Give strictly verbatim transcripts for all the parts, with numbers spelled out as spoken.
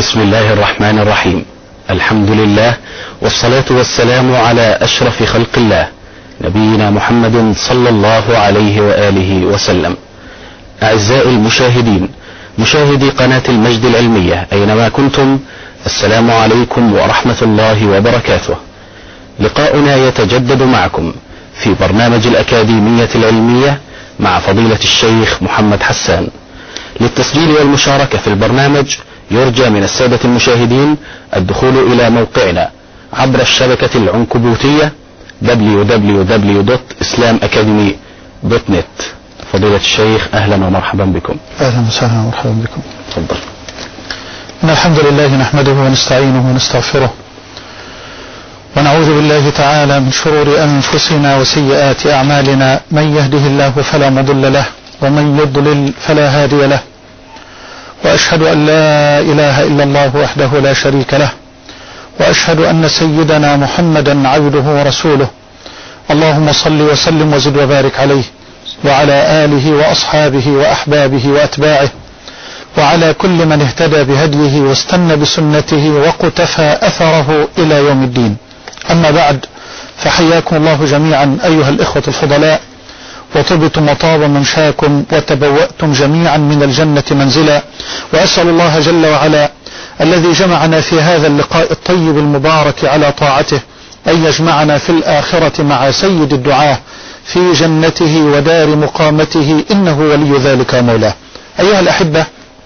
بسم الله الرحمن الرحيم. الحمد لله والصلاة والسلام على أشرف خلق الله نبينا محمد صلى الله عليه وآله وسلم. أعزائي المشاهدين، مشاهدي قناة المجد العلمية أينما كنتم، السلام عليكم ورحمة الله وبركاته. لقاؤنا يتجدد معكم في برنامج الأكاديمية العلمية مع فضيلة الشيخ محمد حسان. للتسجيل والمشاركة في البرنامج يرجى من السادة المشاهدين الدخول إلى موقعنا عبر الشبكة العنكبوتية دبليو دبليو دبليو دوت اسلام اكاديمي دوت نت. فضيلة الشيخ أهلا ومرحبا بكم. أهلا وسهلا ومرحبا بكم. تفضل. إن الحمد لله نحمده ونستعينه ونستغفره ونعوذ بالله تعالى من شرور أنفسنا وسيئات أعمالنا، من يهده الله فلا مضل له ومن يضلل فلا هادي له، وأشهد أن لا إله إلا الله وحده لا شريك له، وأشهد أن سيدنا محمدا عبده ورسوله. اللهم صل وسلم وزد وبارك عليه وعلى آله وأصحابه وأحبابه وأتباعه وعلى كل من اهتدى بهديه واستنى بسنته وقتفى أثره إلى يوم الدين. أما بعد، فحياكم الله جميعا أيها الإخوة الفضلاء، وطبتم وطاب ممشاكم وتبوأتم جميعا من الجنة منزلا، وأسأل الله جل وعلا الذي جمعنا في هذا اللقاء الطيب المبارك على طاعته أن يجمعنا في الآخرة مع سيد الدعاة في جنته ودار مقامته، إنه ولي ذلك مولاه. أيها الأحبة،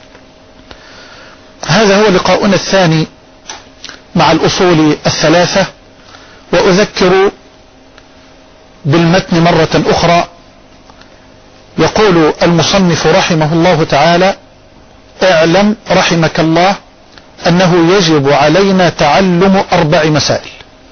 هذا هو لقاؤنا الثاني مع الأصول الثلاثة، وأذكر بالمتن مرة أخرى. يقول المصنف رحمه الله تعالى: اعلم رحمك الله أنه يجب علينا تعلم أربع مسائل.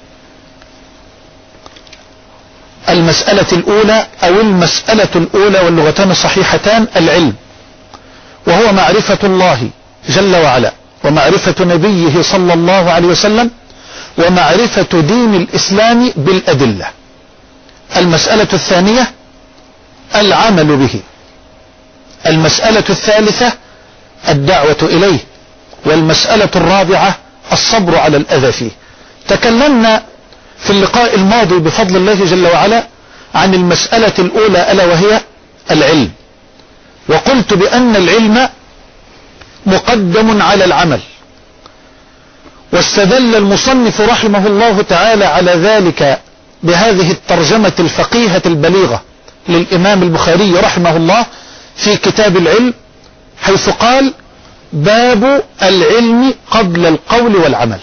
المسألة الأولى أو المسألة الأولى واللغتان صحيحتان العلم، وهو معرفة الله جل وعلا ومعرفة نبيه صلى الله عليه وسلم ومعرفة دين الإسلام بالأدلة. المسألة الثانية العمل به. المسألة الثالثة الدعوة إليه. والمسألة الرابعة الصبر على الأذى فيه. تكلمنا في اللقاء الماضي بفضل الله جل وعلا عن المسألة الأولى ألا وهي العلم، وقلت بأن العلم مقدم على العمل، واستدل المصنف رحمه الله تعالى على ذلك بهذه الترجمة الفقيهة البليغة للإمام البخاري رحمه الله في كتاب العلم، حيث قال: باب العلم قبل القول والعمل.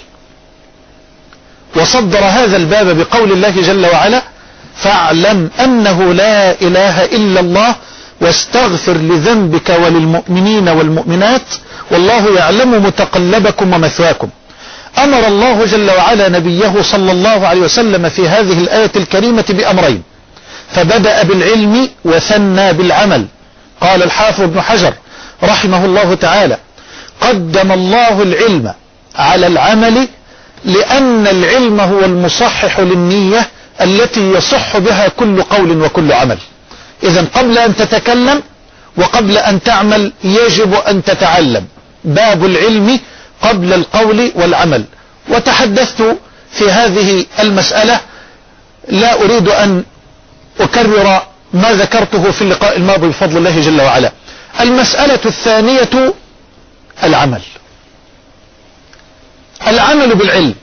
وصدر هذا الباب بقول الله جل وعلا: فاعلم أنه لا إله إلا الله واستغفر لذنبك وللمؤمنين والمؤمنات والله يعلم متقلبكم ومثواكم. أمر الله جل وعلا نبيه صلى الله عليه وسلم في هذه الآية الكريمة بأمرين، فبدأ بالعلم وثنى بالعمل. قال الحافظ ابن حجر رحمه الله تعالى: قدم الله العلم على العمل لأن العلم هو المصحح للنية التي يصح بها كل قول وكل عمل. إذن قبل أن تتكلم وقبل أن تعمل يجب أن تتعلم. باب العلم قبل القول والعمل. وتحدثت في هذه المسألة، لا أريد أن أكرر ما ذكرته في اللقاء الماضي بفضل الله جل وعلا. المسألة الثانية العمل. العمل بالعلم،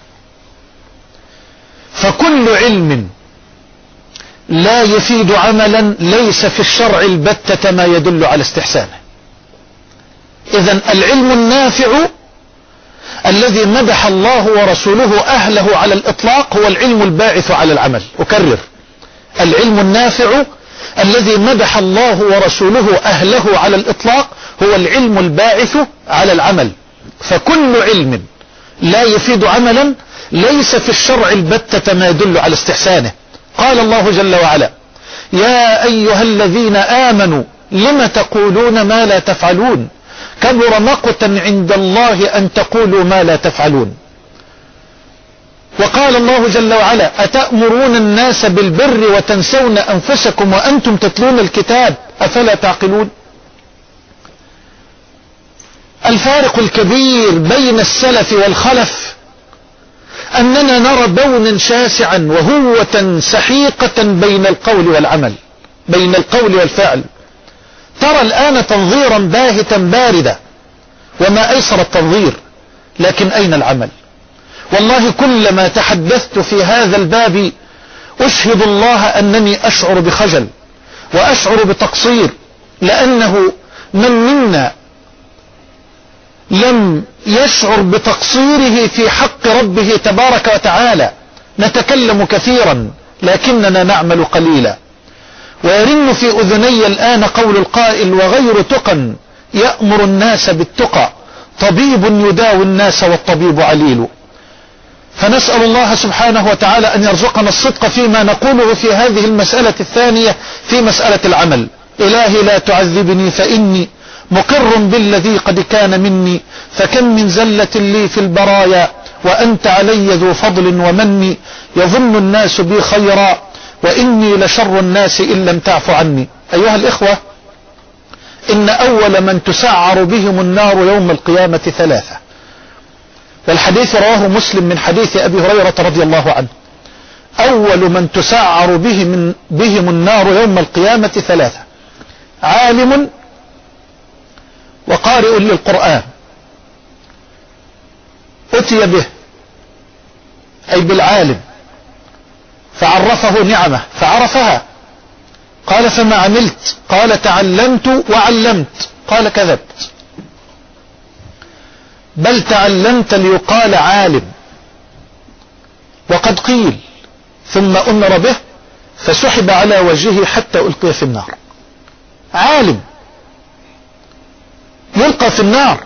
فكل علم لا يفيد عملا ليس في الشرع البتة ما يدل على استحسانه. إذن العلم النافع الذي مدح الله ورسوله أهله على الإطلاق هو العلم الباعث على العمل. أكرر: العلم النافع الذي مدح الله ورسوله أهله على الإطلاق هو العلم الباعث على العمل. فكل علم لا يفيد عملا ليس في الشرع البتة ما يدل على استحسانه. قال الله جل وعلا: يا أيها الذين آمنوا لم تقولون ما لا تفعلون كبر مقتا عند الله أن تقولوا ما لا تفعلون. وقال الله جل وعلا: أتأمرون الناس بالبر وتنسون أنفسكم وأنتم تتلون الكتاب أفلا تعقلون. الفارق الكبير بين السلف والخلف أننا نرى بونا شاسعا وهوة سحيقة بين القول والعمل، بين القول والفعل. ترى الآن تنظيرا باهتا باردا، وما أيسر التنظير، لكن أين العمل؟ والله كلما تحدثت في هذا الباب أشهد الله أنني أشعر بخجل وأشعر بتقصير، لأنه من منا لم يشعر بتقصيره في حق ربه تبارك وتعالى؟ نتكلم كثيرا لكننا نعمل قليلا. ويرن في أذني الآن قول القائل: وغير تقى يأمر الناس بالتقى، طبيب يداوي الناس والطبيب عليل. فنسأل الله سبحانه وتعالى أن يرزقنا الصدق فيما نقوله في هذه المسألة الثانية، في مسألة العمل. إلهي لا تعذبني فإني مقر بالذي قد كان مني، فكم من زلة لي في البرايا وأنت علي ذو فضل ومن، يظن الناس بي خيرا وإني لشر الناس إن لم تعف عني. أيها الإخوة، إن أول من تسعر بهم النار يوم القيامة ثلاثة، والحديث رواه مسلم من حديث أبي هريرة رضي الله عنه. أول من تسعر بهم, بهم النار يوم القيامة ثلاثة: عالم وقارئ للقرآن أتي به، أي بالعالم، فعرفه نعمه فعرفها، قال: فما عملت؟ قال: تعلمت وعلمت. قال: كذبت، بل تعلمت ليقال عالم، وقد قيل. ثم أمر به فسحب على وجهه حتى ألقي في النار. عالم يلقى في النار،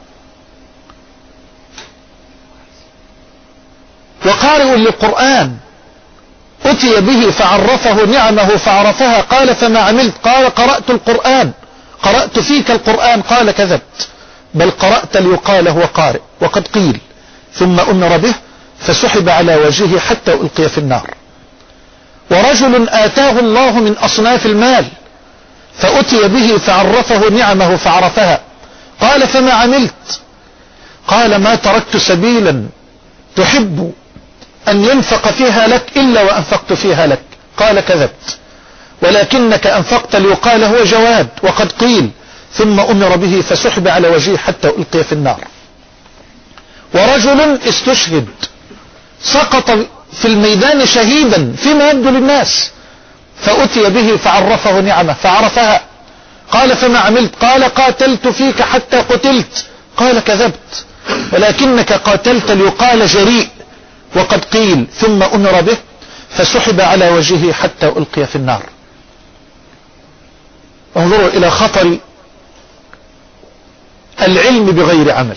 وقارئ للقرآن أتي به فعرفه نعمه فعرفها، قال: فما عملت؟ قال: قرأت القرآن، قرأت فيك القرآن. قال: كذبت، بل قرأت ليقال هو قارئ، وقد قيل. ثم أمر به فسحب على وجهه حتى ألقي في النار. ورجل آتاه الله من أصناف المال فأتي به فعرفه نعمه فعرفها، قال: فما عملت؟ قال: ما تركت سبيلا تحب أن ينفق فيها لك إلا وأنفقت فيها لك. قال: كذبت، ولكنك أنفقت ليقال هو جواد، وقد قيل. ثم أمر به فسحب على وجهه حتى ألقي في النار. ورجل استشهد، سقط في الميدان شهيدا فيما يبدو للناس، فأتي به فعرفه نعمه فعرفها، قال: فما عملت؟ قال: قاتلت فيك حتى قتلت. قال: كذبت، ولكنك قاتلت ليقال جريء، وقد قيل. ثم أمر به فسحب على وجهه حتى ألقي في النار. انظروا إلى خطر العلم بغير عمل.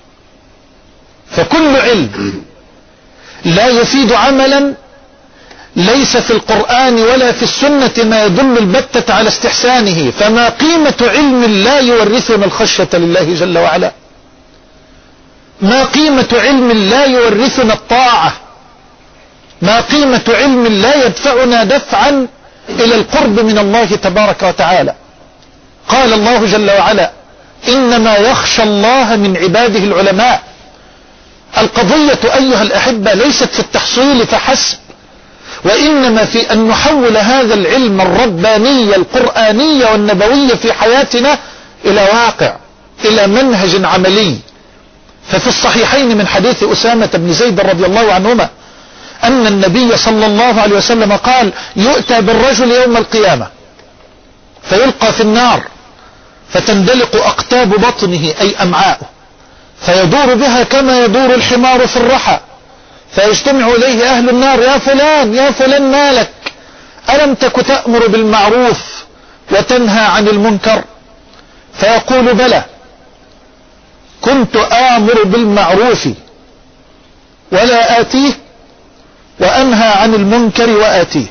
فكل علم لا يفيد عملا ليس في القرآن ولا في السنة ما يدل البتة على استحسانه. فما قيمة علم لا يورثنا الخشية لله جل وعلا؟ ما قيمة علم لا يورثنا الطاعة؟ ما قيمة علم لا يدفعنا دفعا إلى القرب من الله تبارك وتعالى؟ قال الله جل وعلا: إنما يخشى الله من عباده العلماء. القضية أيها الأحبة ليست في التحصيل فحسب، وإنما في أن نحول هذا العلم الرباني القرآني والنبوي في حياتنا إلى واقع، إلى منهج عملي. ففي الصحيحين من حديث أسامة بن زيد رضي الله عنهما أن النبي صلى الله عليه وسلم قال: يؤتى بالرجل يوم القيامة فيلقى في النار فتندلق أقتاب بطنه أي أمعاؤه، فيدور بها كما يدور الحمار في الرحى، فيجتمع إليه أهل النار: يا فلان يا فلان مالك؟ ألم تك تأمر بالمعروف وتنهى عن المنكر؟ فيقول: بلى، كنت آمر بالمعروف ولا آتيه، وأنهى عن المنكر وآتيه.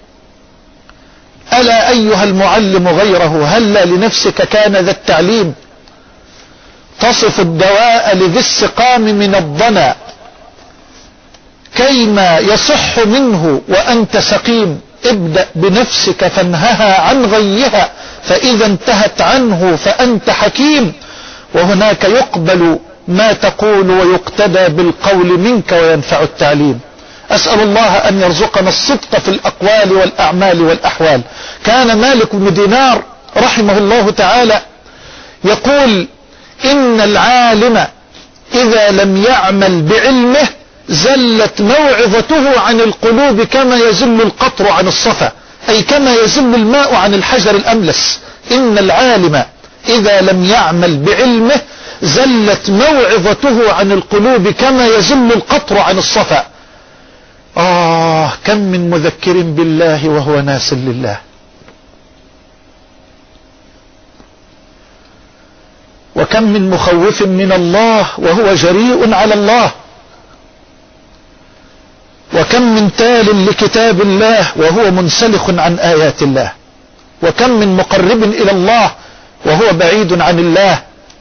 ألا أيها المعلم غيره هلا لنفسك كان ذا التعليم، تصف الدواء لذي السقام من الضنا، كيما يصح منه وأنت سقيم. ابدأ بنفسك فانهها عن غيها، فإذا انتهت عنه فأنت حكيم. وهناك يقبل ما تقول ويقتدى بالقول منك وينفع التعليم. أسأل الله أن يرزقنا الصدق في الأقوال والأعمال والأحوال. كان مالك بن دينار رحمه الله تعالى يقول إن العالم إذا لم يعمل بعلمه زلت موعظته عن القلوب كما يزل القطر عن الصفا، أي كما يزل الماء عن الحجر الأملس. إن العالم إذا لم يعمل بعلمه زلت موعظته عن القلوب كما يزل القطر عن الصفا. آه كم من مذكر بالله وهو ناس لله، وكم من مخوف من الله وهو جريء على الله، وكم من تال لكتاب الله وهو منسلخ عن آيات الله، وكم من مقرب إلى الله وهو بعيد عن الله.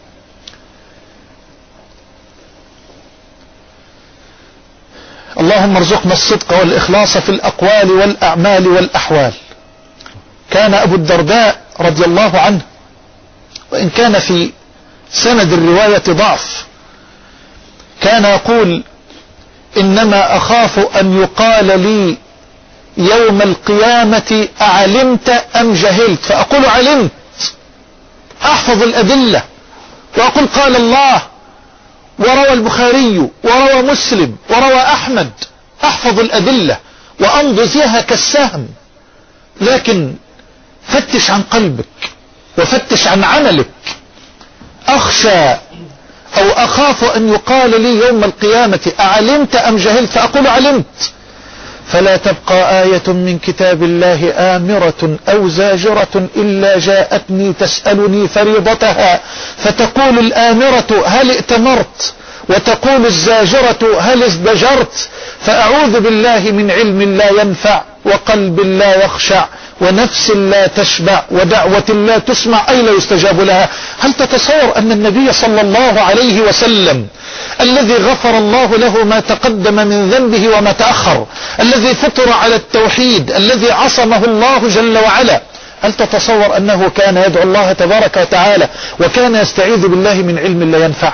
اللهم ارزقنا الصدق والإخلاص في الأقوال والأعمال والأحوال. كان أبو الدرداء رضي الله عنه، وإن كان في سند الرواية ضعف، كان يقول إنما أخاف أن يقال لي يوم القيامة أعلمت أم جهلت، فأقول علمت، أحفظ الأدلة وأقول قال الله وروى البخاري وروى مسلم وروى أحمد، أحفظ الأدلة وأمضي فيها كالسهم. لكن فتش عن قلبك وفتش عن عملك. أخشى أو أخاف أن يقال لي يوم القيامة أعلمت أم جهلت، فأقول علمت، فلا تبقى آية من كتاب الله آمرة أو زاجرة إلا جاءتني تسألني فريضتها، فتقول الآمرة هل ائتمرت، وتقول الزاجرة هل ازدجرت. فأعوذ بالله من علم لا ينفع، وقلب لا يخشع، ونفس لا تشبع، ودعوة لا تسمع أي لا يستجاب لها. هل تتصور أن النبي صلى الله عليه وسلم الذي غفر الله له ما تقدم من ذنبه وما تأخر، الذي فطر على التوحيد، الذي عصمه الله جل وعلا، هل تتصور أنه كان يدعو الله تبارك وتعالى وكان يستعيذ بالله من علم لا ينفع؟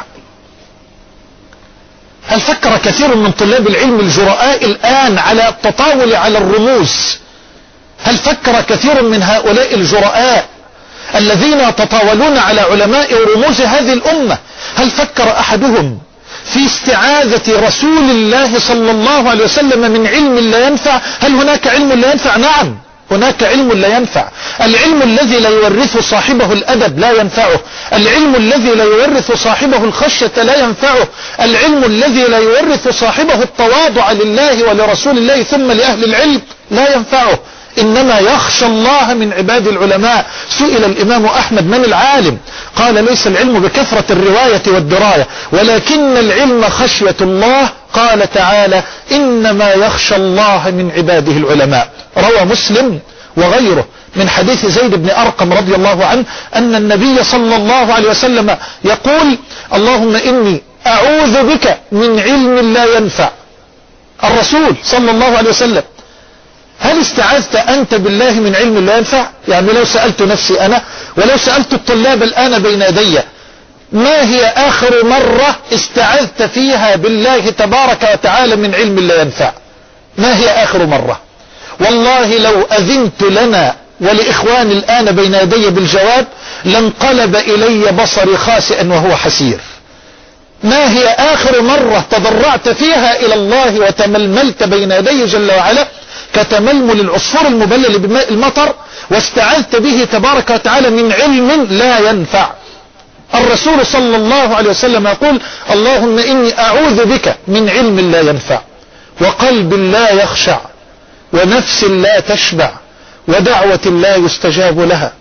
هل فكر كثير من طلاب العلم الجرآء الآن على التطاول على الرموز؟ هل فكر كثير من هؤلاء الجرآء الذين يتطاولون على علماء ورموز هذه الأمة، هل فكر أحدهم في استعاذة رسول الله صلى الله عليه وسلم من علم لا ينفع؟ هل هناك علم لا ينفع؟ نعم هناك علم لا ينفع. العلم الذي لا يورث صاحبه الأدب لا ينفعه، العلم الذي لا يورث صاحبه الخشية لا ينفعه، العلم الذي لا يورث صاحبه التواضع لله ولرسول الله ثم لأهل العلم لا ينفعه. إنما يخشى الله من عباد العلماء. سئل الإمام أحمد من العالم؟ قال ليس العلم بكثرة الرواية والدراية، ولكن العلم خشية الله. قال تعالى إنما يخشى الله من عباده العلماء. روى مسلم وغيره من حديث زيد بن أرقم رضي الله عنه أن النبي صلى الله عليه وسلم يقول اللهم إني أعوذ بك من علم لا ينفع. الرسول صلى الله عليه وسلم، هل استعاذت أنت بالله من علم لا ينفع؟ يعني لو سألت نفسي أنا ولو سألت الطلاب الآن بين يدي، ما هي آخر مرة استعذت فيها بالله تبارك وتعالى من علم لا ينفع؟ ما هي آخر مرة؟ والله لو أذنت لنا ولإخواني الآن بين يدي بالجواب لانقلب إلي بصري خاسئا وهو حسير. ما هي آخر مرة تضرعت فيها إلى الله وتململت بين يدي جل وعلا كتململ العصفور المبلل بماء المطر واستعذت به تبارك وتعالى من علم لا ينفع؟ الرسول صلى الله عليه وسلم يقول اللهم إني أعوذ بك من علم لا ينفع، وقلب لا يخشع، ونفس لا تشبع، ودعوة لا يستجاب لها.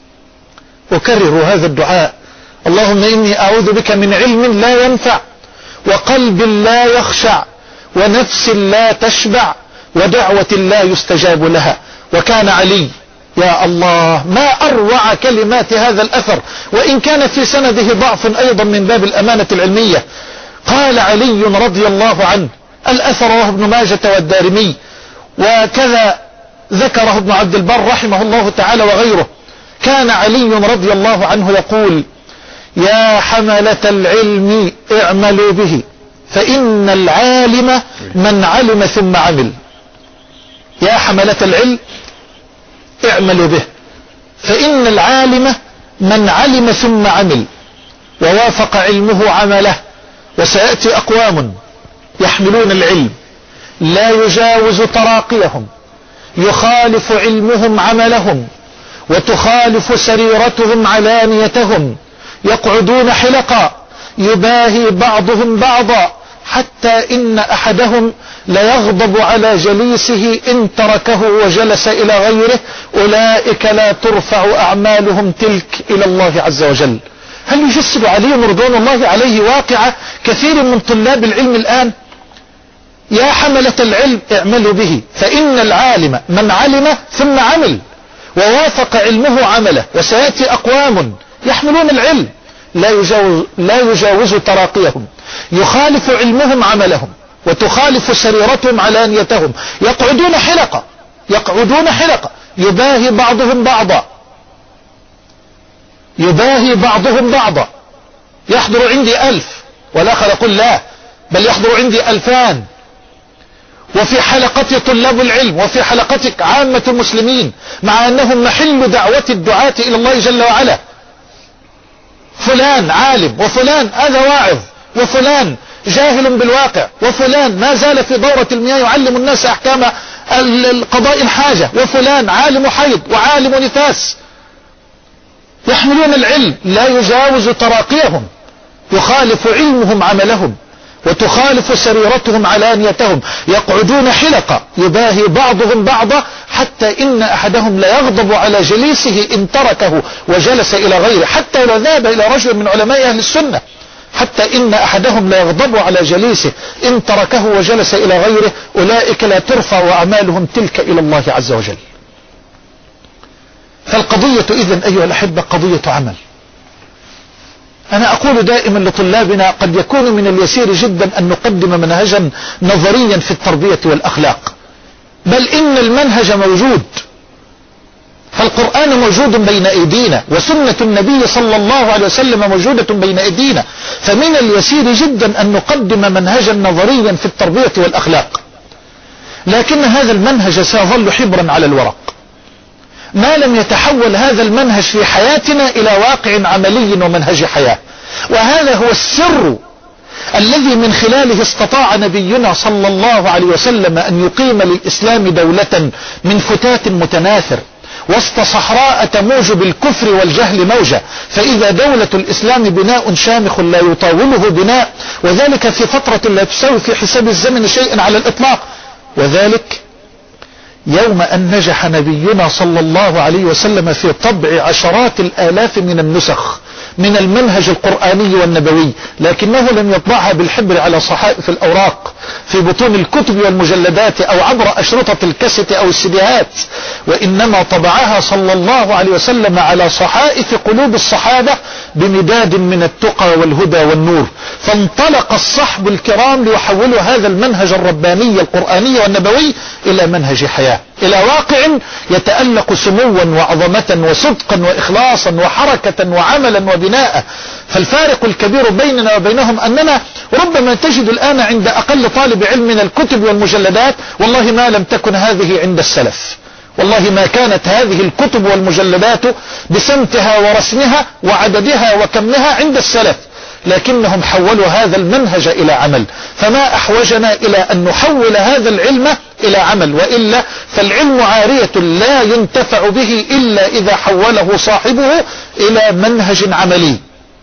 أكرر هذا الدعاء اللهم إني أعوذ بك من علم لا ينفع، وقلب لا يخشع، ونفس لا تشبع، ودعوة لا يستجاب لها. وكان علي، يا الله ما أروع كلمات هذا الأثر، وإن كان في سنده ضعف أيضا من باب الأمانة العلمية. قال علي رضي الله عنه، الأثر رواه ابن ماجة والدارمي، وكذا ذكره ابن عبد البر رحمه الله تعالى وغيره. كان علي رضي الله عنه يقول يا حملة العلم اعملوا به فإن العالم من علم ثم عمل. يا حملة العلم اعملوا به فإن العالم من علم ثم عمل ووافق علمه عمله. وسيأتي أقوام يحملون العلم لا يجاوز تراقيهم، يخالف علمهم عملهم، وتخالف سريرتهم علانيتهم، يقعدون حلقا يباهي بعضهم بعضا، حتى إن أحدهم ليغضب على جليسه إن تركه وجلس إلى غيره. أولئك لا ترفع أعمالهم تلك إلى الله عز وجل. هل يجسد علي رضوان الله عليه واقع كثير من طلاب العلم الآن؟ يا حملة العلم اعملوا به فإن العالم من علم ثم عمل ووافق علمه عمله. وسيأتي أقوام يحملون العلم لا يجاوز, لا يجاوز تراقيهم، يخالف علمهم عملهم، وتخالف سريرتهم علانيتهم، يقعدون حلقة يقعدون حلقة يباهي بعضهم بعضا يباهي بعضهم بعضا. يحضر عندي ألف، والآخر يقول لا بل يحضر عندي ألفان. وفي حلقتي طلاب العلم، وفي حلقتك عامة المسلمين، مع أنهم محل دعوة الدعاة إلى الله جل وعلا. فلان عالم، وفلان هذا واعظ، وفلان جاهل بالواقع، وفلان ما زال في دورة المياه يعلم الناس أحكام القضاء الحاجة، وفلان عالم حيض وعالم نفاس. يحملون العلم لا يجاوز تراقيهم، يخالف علمهم عملهم، وتخالف سريرتهم علانيتهم، يقعدون حلقة يباهي بعضهم بعضا، حتى إن أحدهم لا يغضب على جليسه إن تركه وجلس إلى غيره، حتى لو ذهب إلى رجل من علماء أهل السنة، حتى إن أحدهم لا يغضب على جليسه إن تركه وجلس إلى غيره. أولئك لا ترفع أعمالهم تلك إلى الله عز وجل. فالقضية إذن أيها الأحبة قضية عمل. أنا أقول دائما لطلابنا قد يكون من اليسير جدا أن نقدم منهجا نظريا في التربية والأخلاق، بل إن المنهج موجود، فالقرآن موجود بين أيدينا، وسنة النبي صلى الله عليه وسلم موجودة بين أيدينا، فمن اليسير جدا أن نقدم منهجا نظريا في التربية والأخلاق. لكن هذا المنهج سيظل حبرا على الورق ما لم يتحول هذا المنهج في حياتنا إلى واقع عملي ومنهج حياة. وهذا هو السر الذي من خلاله استطاع نبينا صلى الله عليه وسلم أن يقيم للإسلام دولة من فتات متناثر وسط صحراء تموج بالكفر والجهل موجة. فإذا دولة الإسلام بناء شامخ لا يطاوله بناء، وذلك في فترة لا تساوي في حساب الزمن شيئا على الإطلاق. وذلك يوم أن نجح نبينا صلى الله عليه وسلم في طبع عشرات الآلاف من النسخ من المنهج القرآني والنبوي، لكنه لم يطبعها بالحبر على صحائف الأوراق في بطون الكتب والمجلدات أو عبر أشرطة الكاسيت أو السيديهات، وإنما طبعها صلى الله عليه وسلم على صحائف قلوب الصحابة بمداد من التقى والهدى والنور. فانطلق الصحب الكرام ليحولوا هذا المنهج الرباني القرآني والنبوي إلى منهج حياة، إلى واقع يتألق سموا وعظمة وصدقا وإخلاصا وحركة وعملا وبناء. فالفارق الكبير بيننا وبينهم أننا ربما تجد الآن عند أقل طالب علم من الكتب والمجلدات، والله ما لم تكن هذه عند السلف، والله ما كانت هذه الكتب والمجلدات بسمتها ورسمها وعددها وكمها عند السلف، لكنهم حولوا هذا المنهج إلى عمل. فما أحوجنا إلى أن نحول هذا العلم إلى عمل، وإلا فالعلم عارية لا ينتفع به إلا إذا حوله صاحبه إلى منهج عملي.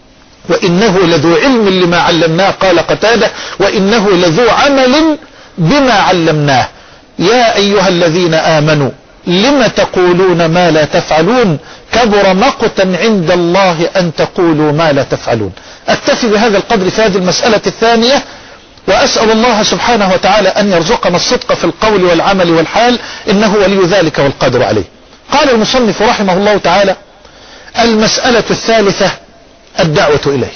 وإنه لذو علم لما علمناه، قال قتادة، وإنه لذو عمل بما علمناه. يا أيها الذين آمنوا لم تقولون ما لا تفعلون كبر مقتا عند الله أن تقولوا ما لا تفعلون. أكتفي بهذا القدر في هذه المسألة الثانية، وأسأل الله سبحانه وتعالى أن يرزقنا الصدق في القول والعمل والحال، إنه ولي ذلك والقادر عليه. قال المصنف رحمه الله تعالى: المسألة الثالثة الدعوة إليه.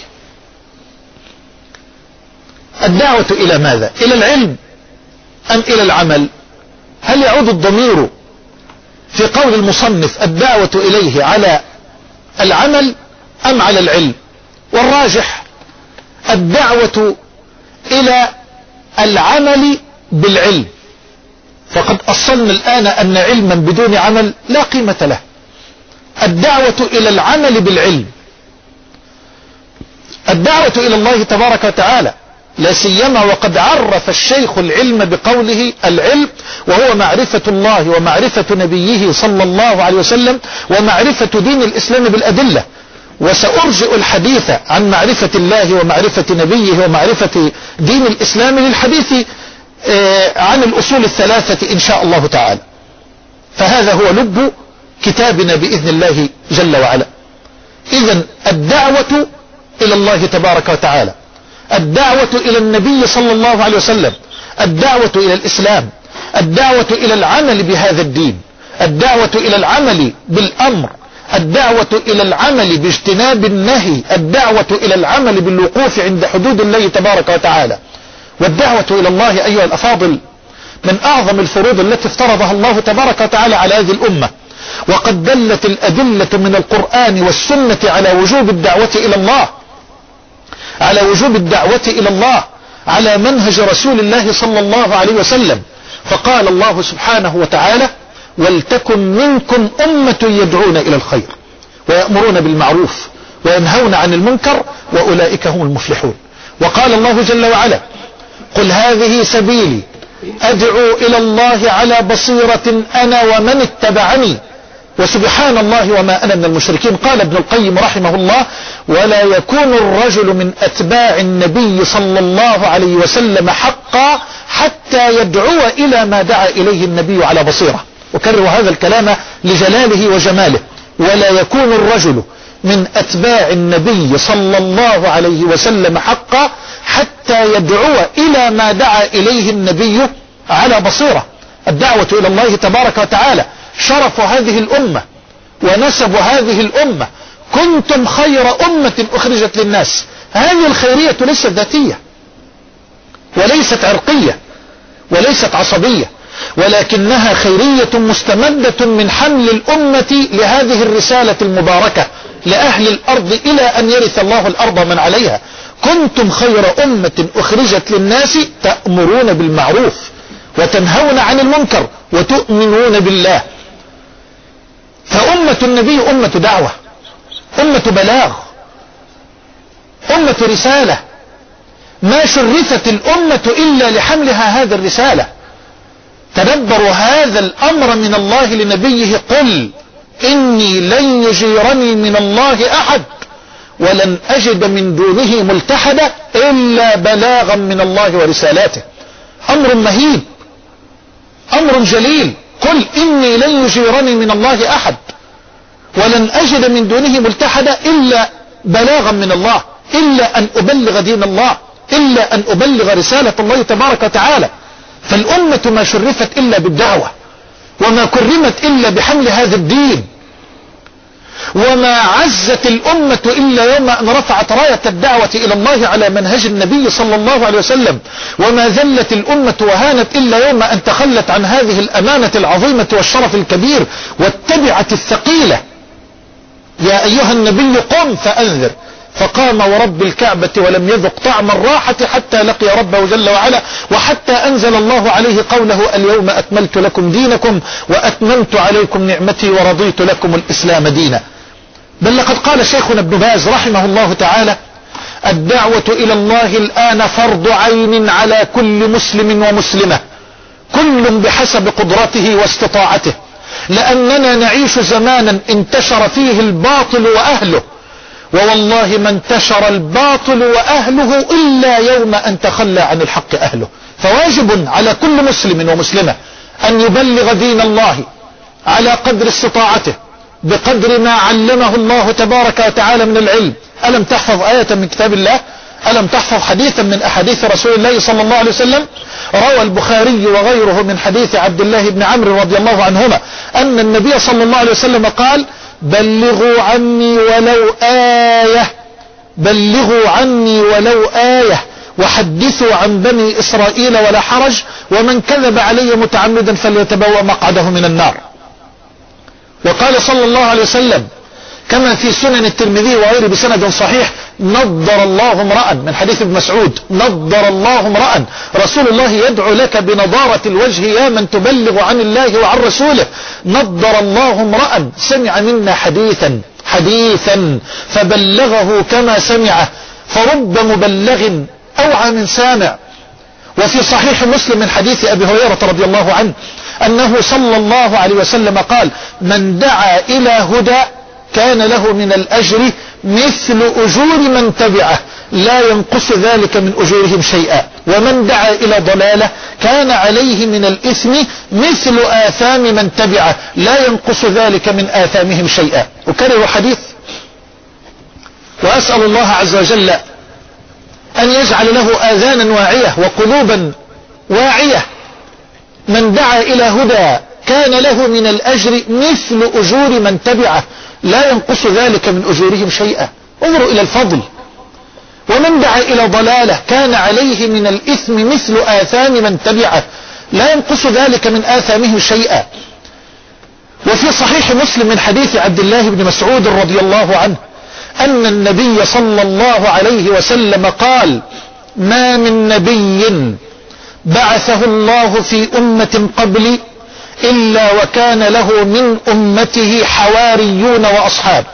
الدعوة إلى ماذا؟ إلى العلم أم إلى العمل؟ هل يعود الضمير في قول المصنف الدعوة إليه على العمل أم على العلم؟ والراجح الدعوة إلى العمل بالعلم، فقد أصلنا الآن أن علما بدون عمل لا قيمة له. الدعوة إلى العمل بالعلم، الدعوة إلى الله تبارك وتعالى، لا سيما وقد عرف الشيخ العلم بقوله العلم وهو معرفة الله ومعرفة نبيه صلى الله عليه وسلم ومعرفة دين الإسلام بالأدلة. وسأرجئ الحديث عن معرفة الله ومعرفة نبيه ومعرفة دين الإسلام للحديث عن الأصول الثلاثة إن شاء الله تعالى. فهذا هو لب كتابنا بإذن الله جل وعلا. إذن الدعوة إلى الله تبارك وتعالى، الدعوة إلى النبي صلى الله عليه وسلم، الدعوة إلى الإسلام، الدعوة إلى العمل بهذا الدين، الدعوة إلى العمل بالأمر، الدعوة إلى العمل باجتناب النهي، الدعوة إلى العمل بالوقوف عند حدود الله تبارك وتعالى. والدعوة إلى الله أيها الأفاضل من أعظم الفروض التي افترضها الله تبارك وتعالى على هذه الأمة، وقد دلت الأدلة من القرآن والسنة على وجوب الدعوة إلى الله، على وجوب الدعوة إلى الله على منهج رسول الله صلى الله عليه وسلم. فقال الله سبحانه وتعالى: ولتكن منكم أمة يدعون إلى الخير ويأمرون بالمعروف وينهون عن المنكر وأولئك هم المفلحون. وقال الله جل وعلا: قل هذه سبيلي أدعو إلى الله على بصيرة أنا ومن اتبعني وسبحان الله وما أنا من المشركين. قال ابن القيم رحمه الله: ولا يكون الرجل من أتباع النبي صلى الله عليه وسلم حقا حتى يدعو إلى ما دعا إليه النبي على بصيرة. وكرر هذا الكلام لجلاله وجماله: ولا يكون الرجل من أتباع النبي صلى الله عليه وسلم حقا حتى يدعو إلى ما دعا إليه النبي على بصيرة. الدعوة إلى الله تبارك وتعالى شرف هذه الأمة ونسب هذه الأمة. كنتم خير أمة أخرجت للناس. هذه الخيرية ليست ذاتية وليست عرقية وليست عصبية، ولكنها خيرية مستمدة من حمل الأمة لهذه الرسالة المباركة لأهل الأرض إلى أن يرث الله الأرض من عليها. كنتم خير أمة أخرجت للناس تأمرون بالمعروف وتنهون عن المنكر وتؤمنون بالله. فأمة النبي أمة دعوة، أمة بلاغ، أمة رسالة. ما شرفت الأمة إلا لحملها هذا الرسالة. تدبروا هذا الأمر من الله لنبيه: قل إني لن يجيرني من الله أحد ولن أجد من دونه ملتحدا إلا بلاغا من الله ورسالاته. أمر مهيب، أمر جليل. قل إني لن يجيرني من الله أحد ولن أجد من دونه ملتحدا إلا بلاغا من الله، إلا أن أبلغ دين الله، إلا أن أبلغ رسالة الله تبارك وتعالى. فالأمة ما شرفت إلا بالدعوة، وما كرمت إلا بحمل هذا الدين، وما عزت الأمة إلا يوم أن رفعت راية الدعوة إلى الله على منهج النبي صلى الله عليه وسلم، وما ذلت الأمة وهانت إلا يوم أن تخلت عن هذه الأمانة العظيمة والشرف الكبير واتبعت الثقيلة. يا أيها النبي قم فأنذر، فقام ورب الكعبة ولم يذق طعم الراحة حتى لقي ربه جل وعلا، وحتى أنزل الله عليه قوله: اليوم أكملت لكم دينكم وأتممت عليكم نعمتي ورضيت لكم الإسلام دينا. بل لقد قال شيخنا ابن باز رحمه الله تعالى: الدعوة إلى الله الآن فرض عين على كل مسلم ومسلمة، كل بحسب قدرته واستطاعته، لأننا نعيش زمانا انتشر فيه الباطل وأهله، ووالله ما انتشر الباطل وأهله إلا يوم أن تخلى عن الحق أهله. فواجب على كل مسلم ومسلمة أن يبلغ دين الله على قدر استطاعته بقدر ما علمه الله تبارك وتعالى من العلم. ألم تحفظ آية من كتاب الله؟ ألم تحفظ حديثا من أحاديث رسول الله صلى الله عليه وسلم؟ روى البخاري وغيره من حديث عبد الله بن عمرو رضي الله عنهما أن النبي صلى الله عليه وسلم قال: بلغوا عني ولو آية، بلغوا عني ولو آية، وحدثوا عن بني إسرائيل ولا حرج، ومن كذب علي متعمدا فليتبوأ مقعده من النار. وقال صلى الله عليه وسلم كما في سنن الترمذي وغيره بسند صحيح: نضر الله امرأ، من حديث ابن مسعود نضر الله امرأ، رسول الله يدعو لك بنضارة الوجه يا من تبلغ عن الله وعن رسوله، نضر الله امرأ سمع منا حديثا حديثا فبلغه كما سمعه، فرب مبلغ أوعى من سامع. وفي صحيح مسلم من حديث أبي هريرة رضي الله عنه أنه صلى الله عليه وسلم قال: من دعا إلى هدى كان له من الأجر مثل أجور من تبعه لا ينقص ذلك من أجورهم شيئا، ومن دعا إلى ضلالة كان عليه من الإثم مثل آثام من تبعه لا ينقص ذلك من آثامهم شيئا. أكرر حديث وأسأل الله عز وجل أن يجعل له آذانا واعية وقلوبا واعية. من دعا إلى هدى كان له من الأجر مثل أجور من تبعه لا ينقص ذلك من أجورهم شيئا. انظروا إلى الفضل. ومن دعا إلى ضلالة كان عليه من الإثم مثل آثام من تبعه لا ينقص ذلك من آثامهم شيئا. وفي صحيح مسلم من حديث عبد الله بن مسعود رضي الله عنه أن النبي صلى الله عليه وسلم قال: ما من نبي بعثه الله في أمة قبلي إلا وكان له من أمته حواريون وأصحاب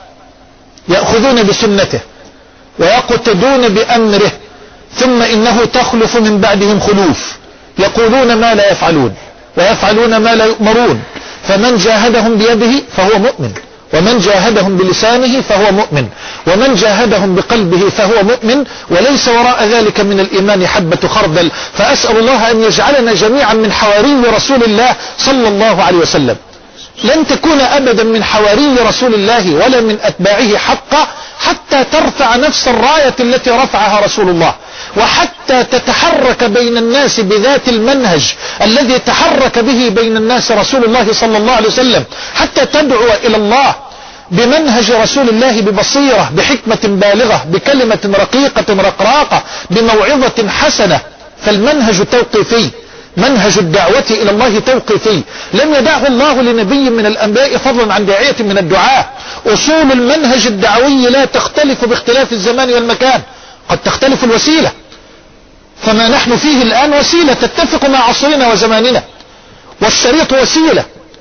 يأخذون بسنته ويقتدون بأمره، ثم إنه تخلف من بعدهم خلوف يقولون ما لا يفعلون ويفعلون ما لا يؤمرون، فمن جاهدهم بيده فهو مؤمن، ومن جاهدهم بلسانه فهو مؤمن، ومن جاهدهم بقلبه فهو مؤمن، وليس وراء ذلك من الإيمان حبة خردل. فأسأل الله أن يجعلنا جميعا من حواري رسول الله صلى الله عليه وسلم. لن تكون أبدا من حواري رسول الله ولا من أتباعه حقا حتى ترفع نفس الراية التي رفعها رسول الله، وحتى تتحرك بين الناس بذات المنهج الذي تحرك به بين الناس رسول الله صلى الله عليه وسلم، حتى تدعو إلى الله بمنهج رسول الله ببصيرة بحكمة بالغة بكلمة رقيقة رقراقة بموعظة حسنة. فالمنهج توقيفي، منهج الدعوة إلى الله توقيفي، لم يدعه الله لنبي من الأنبياء فضلا عن داعية من الدعاة. أصول المنهج الدعوي لا تختلف باختلاف الزمان والمكان، قد تختلف الوسيلة، فما نحن فيه الآن وسيلة تتفق مع عصرنا وزماننا، والشريط وسيلة،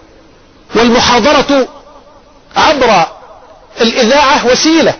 والمحاضرة عبر الإذاعة وسيلة،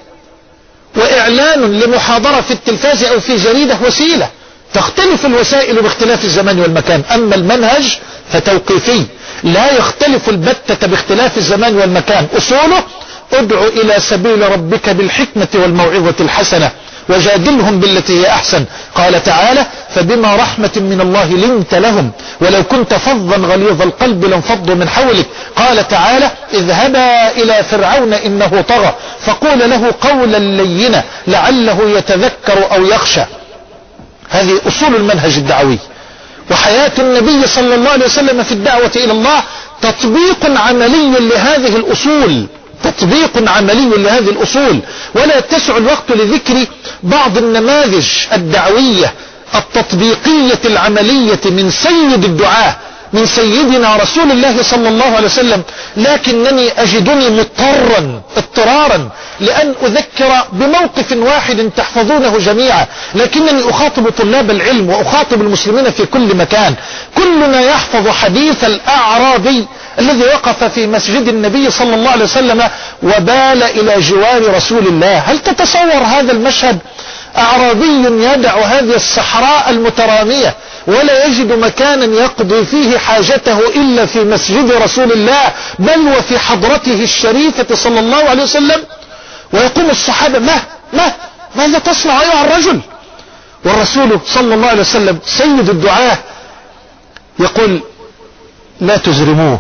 وإعلان لمحاضرة في التلفاز أو في جريدة وسيلة. تختلف الوسائل باختلاف الزمان والمكان، أما المنهج فتوقيفي لا يختلف البتة باختلاف الزمان والمكان. أصوله: ادعو إلى سبيل ربك بالحكمة والموعظة الحسنة وجادلهم بالتي هي أحسن. قال تعالى: فبما رحمة من الله لنت لهم ولو كنت فظا غليظ القلب لانفضوا من حولك. قال تعالى: اذهبا إلى فرعون إنه طغى فقول له قولا لينا لعله يتذكر أو يخشى. هذه أصول المنهج الدعوي. وحياة النبي صلى الله عليه وسلم في الدعوة إلى الله تطبيق عملي لهذه الأصول، تطبيق عملي لهذه الأصول. ولا يتسع الوقت لذكر بعض النماذج الدعوية التطبيقية العملية من سيد الدعاة، من سيدنا رسول الله صلى الله عليه وسلم، لكنني أجدني مضطرا اضطرارا لأن أذكر بموقف واحد تحفظونه جميعا، لكنني أخاطب طلاب العلم وأخاطب المسلمين في كل مكان. كلنا يحفظ حديث الأعرابي الذي وقف في مسجد النبي صلى الله عليه وسلم وبال إلى جوار رسول الله. هل تتصور هذا المشهد؟ أعرابي يدع هذه الصحراء المترامية ولا يجد مكانا يقضي فيه حاجته إلا في مسجد رسول الله، بل وفي حضرته الشريفة صلى الله عليه وسلم، ويقوم الصحابة: ما ما ماذا تصنع أيها الرجل؟ والرسول صلى الله عليه وسلم سيد الدعاة يقول: لا تزرموه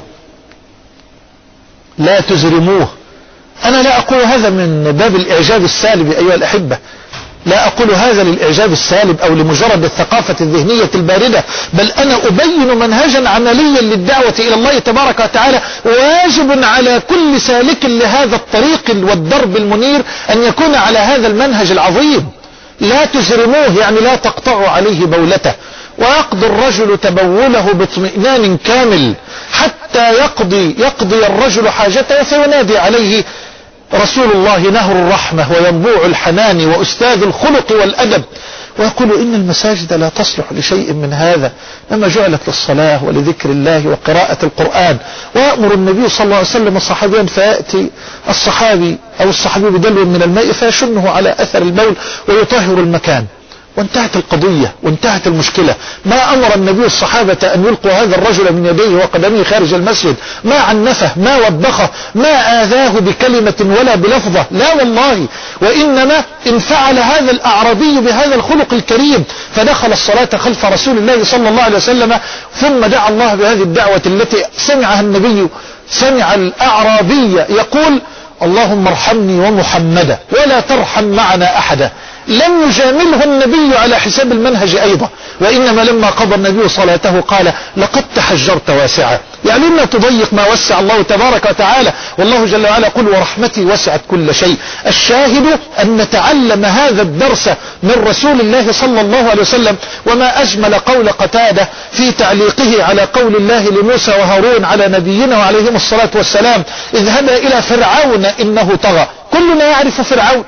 لا تزرموه. أنا لا أقول هذا من باب الإعجاب السالب أيها الأحبة، لا أقول هذا للإعجاب السالب أو لمجرد الثقافة الذهنية الباردة، بل أنا أبين منهجا عمليا للدعوة إلى الله تبارك وتعالى، واجب على كل سالك لهذا الطريق والدرب المنير أن يكون على هذا المنهج العظيم. لا تزرموه يعني لا تقطعوا عليه بولته، ويقضي الرجل تبوله باطمئنان كامل حتى يقضي يقضي الرجل حاجته فينادي عليه رسول الله نهر الرحمة وينبوع الحنان وأستاذ الخلق والأدب، ويقول إن المساجد لا تصلح لشيء من هذا، لما جعلت للصلاة ولذكر الله وقراءة القرآن. ويأمر النبي صلى الله عليه وسلم الصحابيا، فيأتي الصحابي أو الصحابي بدلو من الماء فيشنه على أثر البول ويطهر المكان، وانتهت القضية وانتهت المشكلة. ما أمر النبي الصحابة أن يلقوا هذا الرجل من يديه وقدميه خارج المسجد، ما عنفه، ما وبخه، ما آذاه بكلمة ولا بلفظة، لا والله، وإنما إن فعل هذا الأعرابي بهذا الخلق الكريم فدخل الصلاة خلف رسول الله صلى الله عليه وسلم، ثم دعا الله بهذه الدعوة التي سمعها النبي، سمع الأعرابي يقول: اللهم ارحمني ومحمدا ولا ترحم معنا أحدا. لم يجامله النبي على حساب المنهج أيضا، وإنما لما قضى النبي صلاته قال: لقد تحجرت واسعا، يعني لا تضيق ما وسع الله تبارك وتعالى، والله جل وعلا قل ورحمتي وسعت كل شيء. الشاهد أن نتعلم هذا الدرس من رسول الله صلى الله عليه وسلم. وما أجمل قول قتادة في تعليقه على قول الله لموسى وهارون على نبينا وعليهم الصلاة والسلام: اذهبا إلى فرعون إنه طغى. كلنا يعرف فرعون،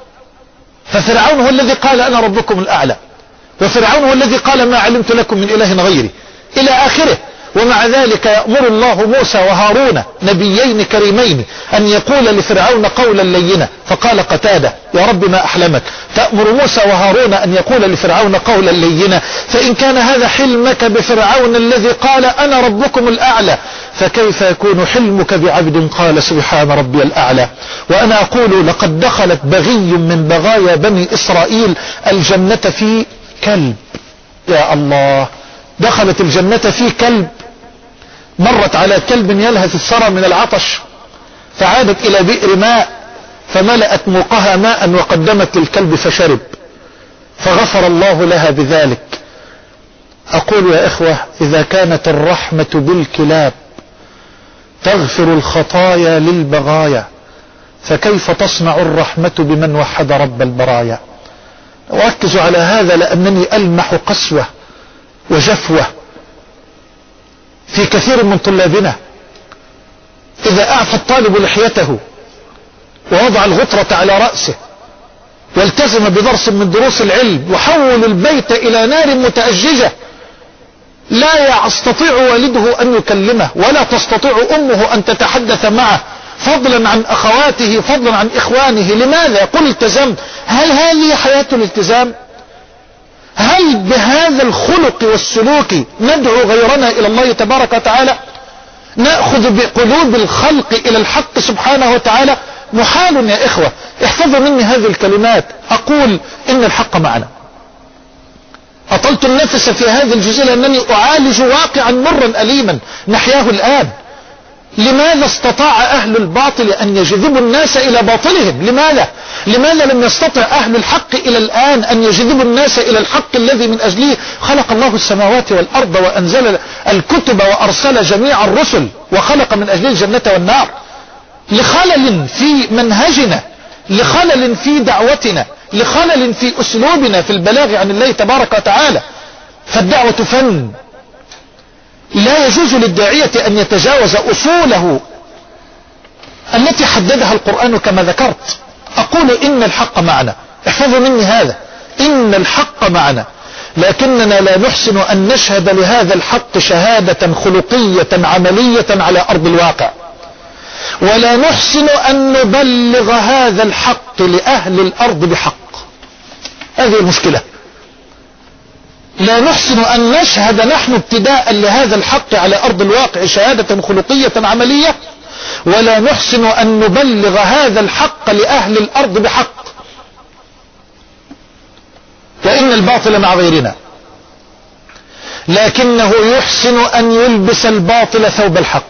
ففرعون هو الذي قال أنا ربكم الأعلى، وفرعون هو الذي قال ما علمت لكم من إله غيري إلى آخره. ومع ذلك يأمر الله موسى وهارون نبيين كريمين أن يقول لفرعون قولا لينا، فقال قتادة: يا رب ما أحلمك، تأمر موسى وهارون أن يقول لفرعون قولا لينا، فإن كان هذا حلمك بفرعون الذي قال أنا ربكم الأعلى، فكيف يكون حلمك بعبد قال سبحان ربي الأعلى؟ وأنا أقول: لقد دخلت بغي من بغايا بني إسرائيل الجنة في كلب. يا الله، دخلت الجنة في كلب، مرت على كلب يلهث الثرى من العطش، فعادت إلى بئر ماء فملأت موقها ماء وقدمت للكلب فشرب، فغفر الله لها بذلك. أقول يا إخوة: إذا كانت الرحمة بالكلاب تغفر الخطايا للبغايا، فكيف تصنع الرحمة بمن وحد رب البرايا؟ أركز على هذا لأنني ألمح قسوة وجفوة في كثير من طلابنا. إذا أعفى الطالب لحيته ووضع الغطرة على رأسه والتزم بدرس من دروس العلم وحول البيت إلى نار متأججة، لا يستطيع والده أن يكلمه ولا تستطيع أمه أن تتحدث معه، فضلا عن أخواته، فضلا عن إخوانه. لماذا؟ قل التزمت. هل هذه حياة الالتزام؟ هل بهذا الخلق والسلوك ندعو غيرنا إلى الله تبارك وتعالى؟ نأخذ بقلوب الخلق إلى الحق سبحانه وتعالى؟ محال يا إخوة. احفظوا مني هذه الكلمات. أقول إن الحق معنا. أطلت النفس في هذه الجزئية لأنني أعالج واقعا مرا أليما نحياه الآن. لماذا استطاع أهل الباطل أن يجذبوا الناس إلى باطلهم؟ لماذا؟ لماذا لم يستطع أهل الحق إلى الآن أن يجذبوا الناس إلى الحق الذي من أجله خلق الله السماوات والأرض وأنزل الكتب وأرسل جميع الرسل وخلق من أجله الجنة والنار؟ لخلل في منهجنا، لخلل في دعوتنا، لخلل في أسلوبنا في البلاغ عن الله تبارك وتعالى. فالدعوة فن، لا يجوز للداعية أن يتجاوز أصوله التي حددها القرآن كما ذكرت. أقول إن الحق معنا. احفظوا مني هذا، إن الحق معنا، لكننا لا نحسن أن نشهد لهذا الحق شهادة خلقية عملية على أرض الواقع، ولا نحسن أن نبلغ هذا الحق لأهل الأرض بحق. هذه المشكلة. لا نحسن أن نشهد نحن ابتداء لهذا الحق على أرض الواقع شهادة خلقية عملية، ولا نحسن أن نبلغ هذا الحق لأهل الأرض بحق. وإن الباطل مع غيرنا، لكنه يحسن أن يلبس الباطل ثوب الحق،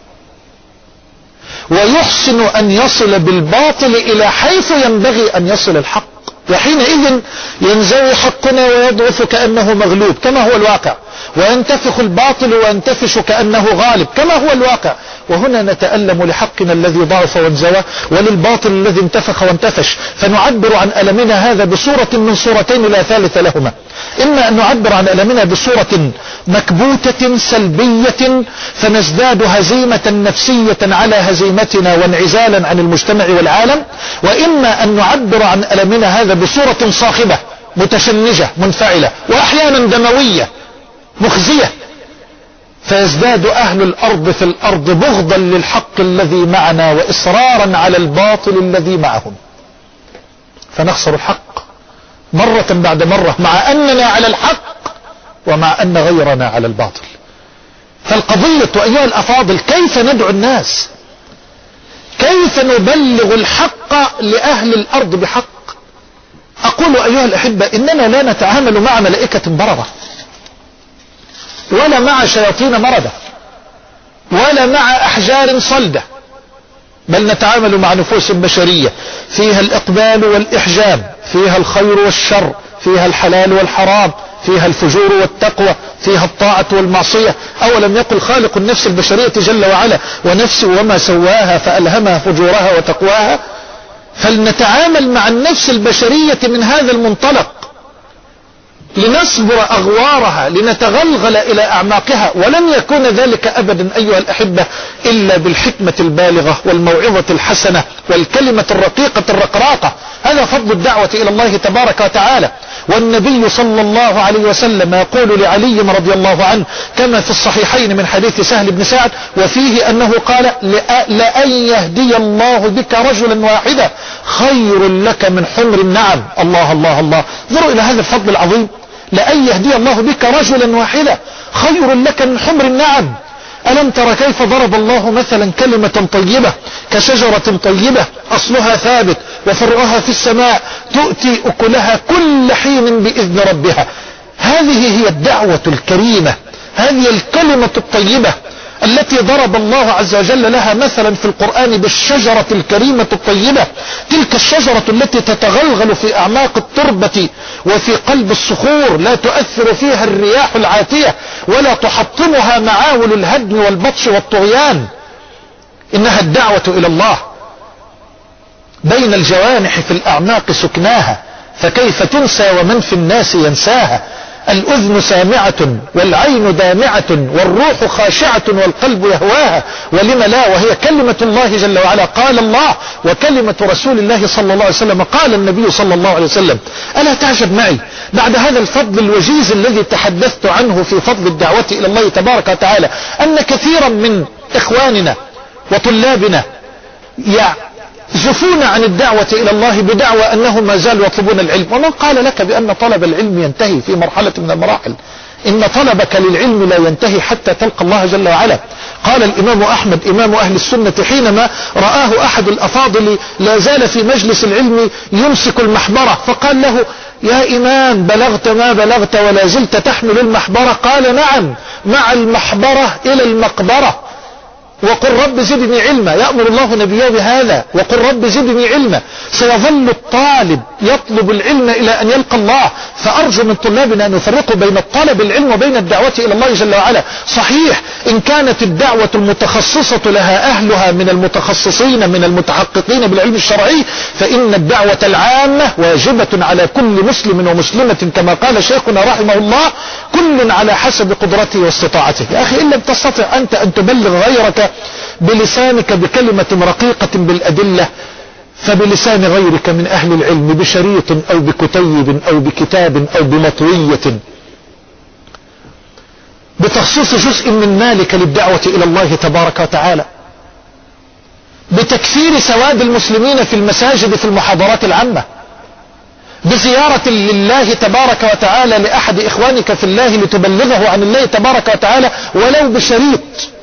ويحسن أن يصل بالباطل إلى حيث ينبغي أن يصل الحق، وحينئذ ينزوي حقنا ويضعف كأنه مغلوب كما هو الواقع. وينتفخ الباطل وينتفش كأنه غالب كما هو الواقع. وهنا نتألم لحقنا الذي ضعف وانزوى وللباطل الذي انتفخ وانتفش، فنعبر عن ألمنا هذا بصورة من صورتين لا ثالث لهما. إما أن نعبر عن ألمنا بصورة مكبوتة سلبية فنزداد هزيمة نفسية على هزيمتنا وانعزالا عن المجتمع والعالم، وإما أن نعبر عن ألمنا هذا بصورة صاخبة متشنجة منفعلة وأحيانا دموية مخزية، فيزداد أهل الأرض في الأرض بغضا للحق الذي معنا وإصرارا على الباطل الذي معهم، فنخسر الحق مرة بعد مرة مع أننا على الحق ومع أن غيرنا على الباطل. فالقضية أيها الأفاضل كيف ندعو الناس، كيف نبلغ الحق لأهل الأرض بحق. أقول أيها الأحبة إننا لا نتعامل مع ملائكة بررة ولا مع شياطين مردة ولا مع أحجار صلدة، بل نتعامل مع نفوس بشرية فيها الإقبال والإحجام، فيها الخير والشر، فيها الحلال والحرام، فيها الفجور والتقوى، فيها الطاعة والمعصية. أولم يقل خالق النفس البشرية جل وعلا ونفس وما سواها فألهمها فجورها وتقواها. فلنتعامل مع النفس البشرية من هذا المنطلق لنصبر أغوارها، لنتغلغل إلى أعماقها، ولن يكون ذلك أبدا أيها الأحبة إلا بالحكمة البالغة والموعظة الحسنة والكلمة الرقيقة الرقراقة. هذا فضل الدعوة إلى الله تبارك وتعالى. والنبي صلى الله عليه وسلم يقول لعلي رضي الله عنه كما في الصحيحين من حديث سهل بن سعد وفيه أنه قال لأن يهدي الله بك رجلا واحدا خير لك من حمر النعم. الله الله الله، انظروا إلى هذا الفضل العظيم، لأن يهدي الله بك رجلا واحدا خير لك من حمر النعم. ألم تر كيف ضرب الله مثلا كلمة طيبة كشجرة طيبة أصلها ثابت وفرعها في السماء تؤتي أكلها كل حين بإذن ربها. هذه هي الدعوة الكريمة، هذه الكلمة الطيبة التي ضرب الله عز وجل لها مثلا في القرآن بالشجرة الكريمة الطيبة، تلك الشجرة التي تتغلغل في أعماق التربة وفي قلب الصخور، لا تؤثر فيها الرياح العاتية ولا تحطمها معاول الهدم والبطش والطغيان. إنها الدعوة إلى الله، بين الجوانح في الأعماق سكناها، فكيف تنسى ومن في الناس ينساها. الأذن سامعة والعين دامعة والروح خاشعة والقلب يهواها، ولم لا، وهي كلمة الله جل وعلا. قال الله وكلمة رسول الله صلى الله عليه وسلم، قال النبي صلى الله عليه وسلم. ألا تعجب معي بعد هذا الفضل الوجيز الذي تحدثت عنه في فضل الدعوة إلى الله تبارك وتعالى أن كثيرا من إخواننا وطلابنا يزفون عن الدعوة إلى الله بدعوى أنهم ما زالوا يطلبون العلم. ومن قال لك بأن طلب العلم ينتهي في مرحلة من المراحل؟ إن طلبك للعلم لا ينتهي حتى تلقى الله جل وعلا. قال الإمام أحمد إمام أهل السنة حينما رآه أحد الأفاضل لا زال في مجلس العلم يمسك المحبرة، فقال له يا إمام بلغت ما بلغت ولا زلت تحمل المحبرة؟ قال نعم، مع المحبرة إلى المقبرة. وقل رب زدني علما، يأمر الله نبيه بهذا، وقل رب زدني علما. سيظل الطالب يطلب العلم إلى أن يلقى الله. فأرجو من طلابنا أن يفرقوا بين الطلب العلم وبين الدعوة إلى الله جل وعلا. صحيح إن كانت الدعوة المتخصصة لها أهلها من المتخصصين من المتحققين بالعلم الشرعي، فإن الدعوة العامة واجبة على كل مسلم ومسلمة كما قال شيخنا رحمه الله، كل على حسب قدرته واستطاعته. يا أخي إن لم تستطع أنت أن تبلغ غيرك بلسانك بكلمة رقيقة بالأدلة، فبلسان غيرك من أهل العلم بشريط أو بكتيب أو بكتاب أو بمطوية بتخصيص جزء من مالك للدعوة إلى الله تبارك وتعالى، بتكثير سواد المسلمين في المساجد في المحاضرات العامة، بزيارة لله تبارك وتعالى لأحد إخوانك في الله لتبلغه عن الله تبارك وتعالى ولو بشريط.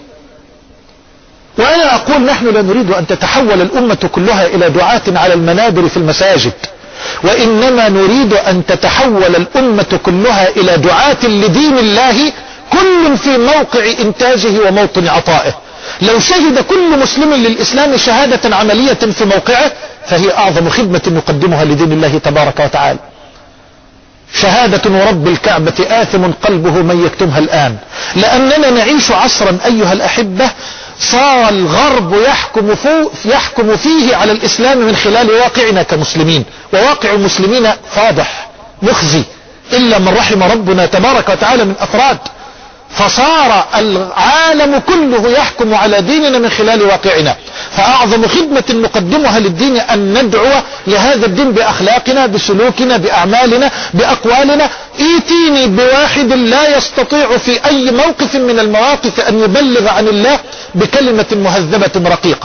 وأنا أقول نحن لا نريد أن تتحول الأمة كلها إلى دعاة على المنابر في المساجد، وإنما نريد أن تتحول الأمة كلها إلى دعاة لدين الله، كل في موقع إنتاجه وموطن عطائه. لو شهد كل مسلم للإسلام شهادة عملية في موقعه فهي أعظم خدمة نقدمها لدين الله تبارك وتعالى. شهادة ورب الكعبة آثم قلبه من يكتمها الآن، لأننا نعيش عصرا أيها الأحبة صار الغرب يحكم, يحكم فيه على الإسلام من خلال واقعنا كمسلمين، وواقع المسلمين فاضح مخزي إلا من رحم ربنا تبارك وتعالى من أفراد، فصار العالم كله يحكم على ديننا من خلال واقعنا. فأعظم خدمة نقدمها للدين أن ندعو لهذا الدين بأخلاقنا، بسلوكنا، بأعمالنا، بأقوالنا. ايتيني بواحد لا يستطيع في أي موقف من المواقف أن يبلغ عن الله بكلمة مهذبة رقيقة.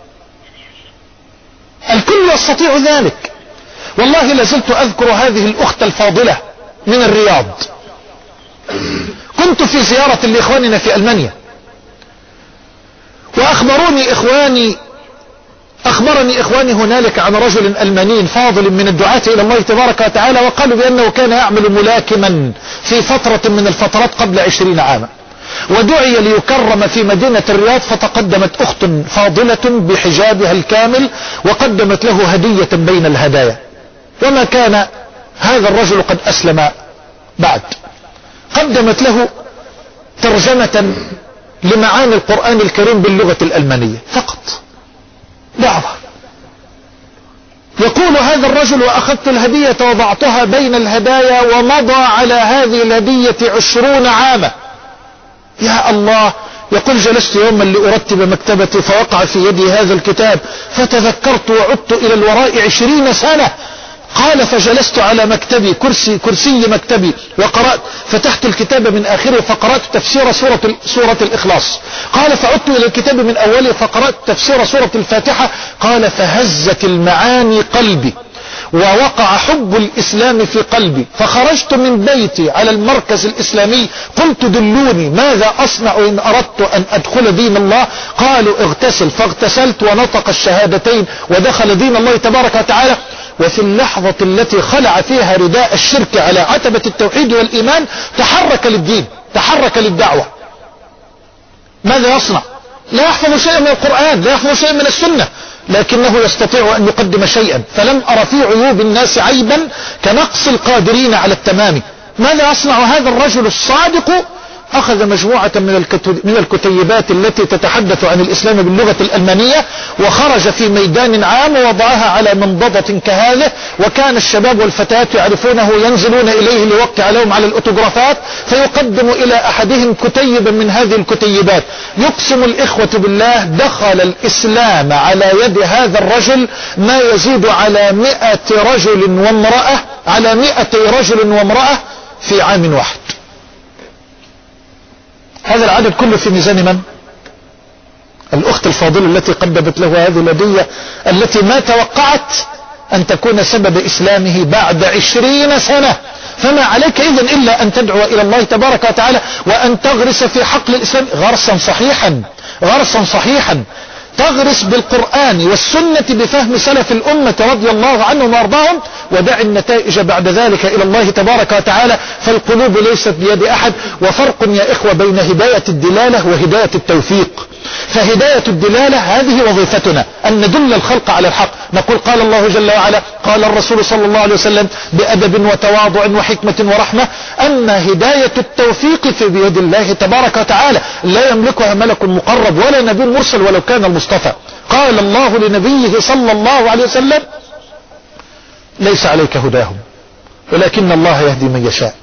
الكل يستطيع ذلك. والله لازلت أذكر هذه الأخت الفاضلة من الرياض. كنت في زيارة لإخواننا في ألمانيا، وأخبروني إخواني أخبرني إخواني هنالك عن رجل ألماني فاضل من الدعاة إلى الله تبارك وتعالى، وقالوا بأنه كان يعمل ملاكما في فترة من الفترات قبل عشرين عاما، ودعي ليكرم في مدينة الرياض، فتقدمت أخت فاضلة بحجابها الكامل وقدمت له هدية بين الهدايا، وما كان هذا الرجل قد أسلم بعد. قدمت له ترجمة لمعاني القرآن الكريم باللغة الألمانية فقط، دعوة. يقول هذا الرجل: وأخذت الهدية وضعتها بين الهدايا، ومضى على هذه الهدية عشرون عاما. يا الله. يقول: جلست يوما لأرتب مكتبتي فوقع في يدي هذا الكتاب، فتذكرت وعدت إلى الوراء عشرين سنة. قال: فجلست على مكتبي، كرسي كرسي مكتبي، وقرأت، فتحت الكتاب من آخره فقرأت تفسير سورة, سورة الإخلاص. قال: فعدت إلى الكتاب من أوله فقرأت تفسير سورة الفاتحة. قال: فهزت المعاني قلبي، ووقع حب الإسلام في قلبي، فخرجت من بيتي على المركز الإسلامي، قلت: دلوني ماذا أصنع إن أردت أن أدخل دين الله؟ قالوا: اغتسل. فاغتسلت ونطق الشهادتين ودخل دين الله تبارك وتعالى. وفي اللحظة التي خلع فيها رداء الشرك على عتبة التوحيد والإيمان تحرك للدين، تحرك للدعوة. ماذا يصنع؟ لا يحفظ شيئا من القرآن، لا يحفظ شيئا من السنة، لكنه يستطيع أن يقدم شيئا. فلم أرى في عيوب الناس عيبا كنقص القادرين على التمام. ماذا يصنع هذا الرجل الصادق؟ أخذ مجموعة من الكتيبات التي تتحدث عن الإسلام باللغة الألمانية، وخرج في ميدان عام ووضعها على منضدة كهذه، وكان الشباب والفتيات يعرفونه، ينزلون إليه ليوقع لهم على الأوتوغرافات، فيقدم إلى أحدهم كتيبا من هذه الكتيبات. يقسم الإخوة بالله دخل الإسلام على يد هذا الرجل ما يزيد على مئة رجل وامرأة، على مئة رجل وامرأة في عام واحد. هذا العدد كله في ميزان من؟ الأخت الفاضلة التي قدمت له هذه الهدية، التي ما توقعت أن تكون سبب إسلامه بعد عشرين سنة. فما عليك إذن إلا أن تدعو إلى الله تبارك وتعالى، وأن تغرس في حقل الإسلام غرسا صحيحا، غرسا صحيحا، تغرس بالقرآن والسنة بفهم سلف الأمة رضي الله عنهم وارضاهم، ودع النتائج بعد ذلك إلى الله تبارك وتعالى. فالقلوب ليست بيد أحد. وفرق يا إخوة بين هداية الدلالة وهداية التوفيق. فهداية الدلالة هذه وظيفتنا، أن ندل الخلق على الحق، نقول قال الله جل وعلا، قال الرسول صلى الله عليه وسلم، بأدب وتواضع وحكمة ورحمة. أما هداية التوفيق في بيد الله تبارك وتعالى، لا يملكها ملك مقرب ولا نبي مرسل ولو كان المصطفى. قال الله لنبيه صلى الله عليه وسلم: ليس عليك هداهم ولكن الله يهدي من يشاء.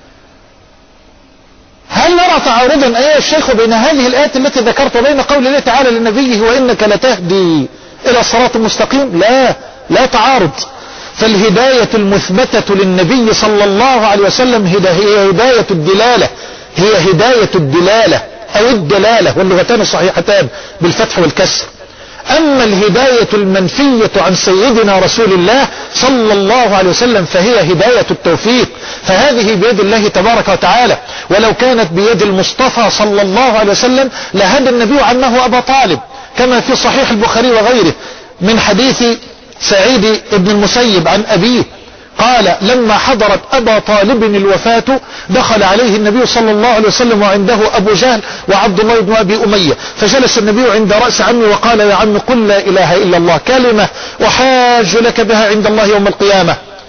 هل نرى تعارضا أيها الشيخ بين هذه الآيات التي ذكرت وبين قول الله تعالى لنبيه: وإنك لتهدي إلى صراط مستقيم؟ لا، لا تعارض. فالهداية المثبتة للنبي صلى الله عليه وسلم هي هداية الدلالة، هي هداية الدلالة أو الدلالة، واللغتان الصحيحتان بالفتح والكسر. أما الهداية المنفية عن سيدنا رسول الله صلى الله عليه وسلم فهي هداية التوفيق، فهذه بيد الله تبارك وتعالى. ولو كانت بيد المصطفى صلى الله عليه وسلم لهدى النبي عمه أبا طالب، كما في صحيح البخاري وغيره من حديث سعيد بن المسيب عن أبيه قال: لما حضرت أبا طالب الوفاة دخل عليه النبي صلى الله عليه وسلم وعنده أبو جهل وعبد الله بن أبي أمية، فجلس النبي عند رأس عمي وقال: يا عم قل لا إله إلا الله، كلمة أحاج لك بها عند الله يوم القيامة.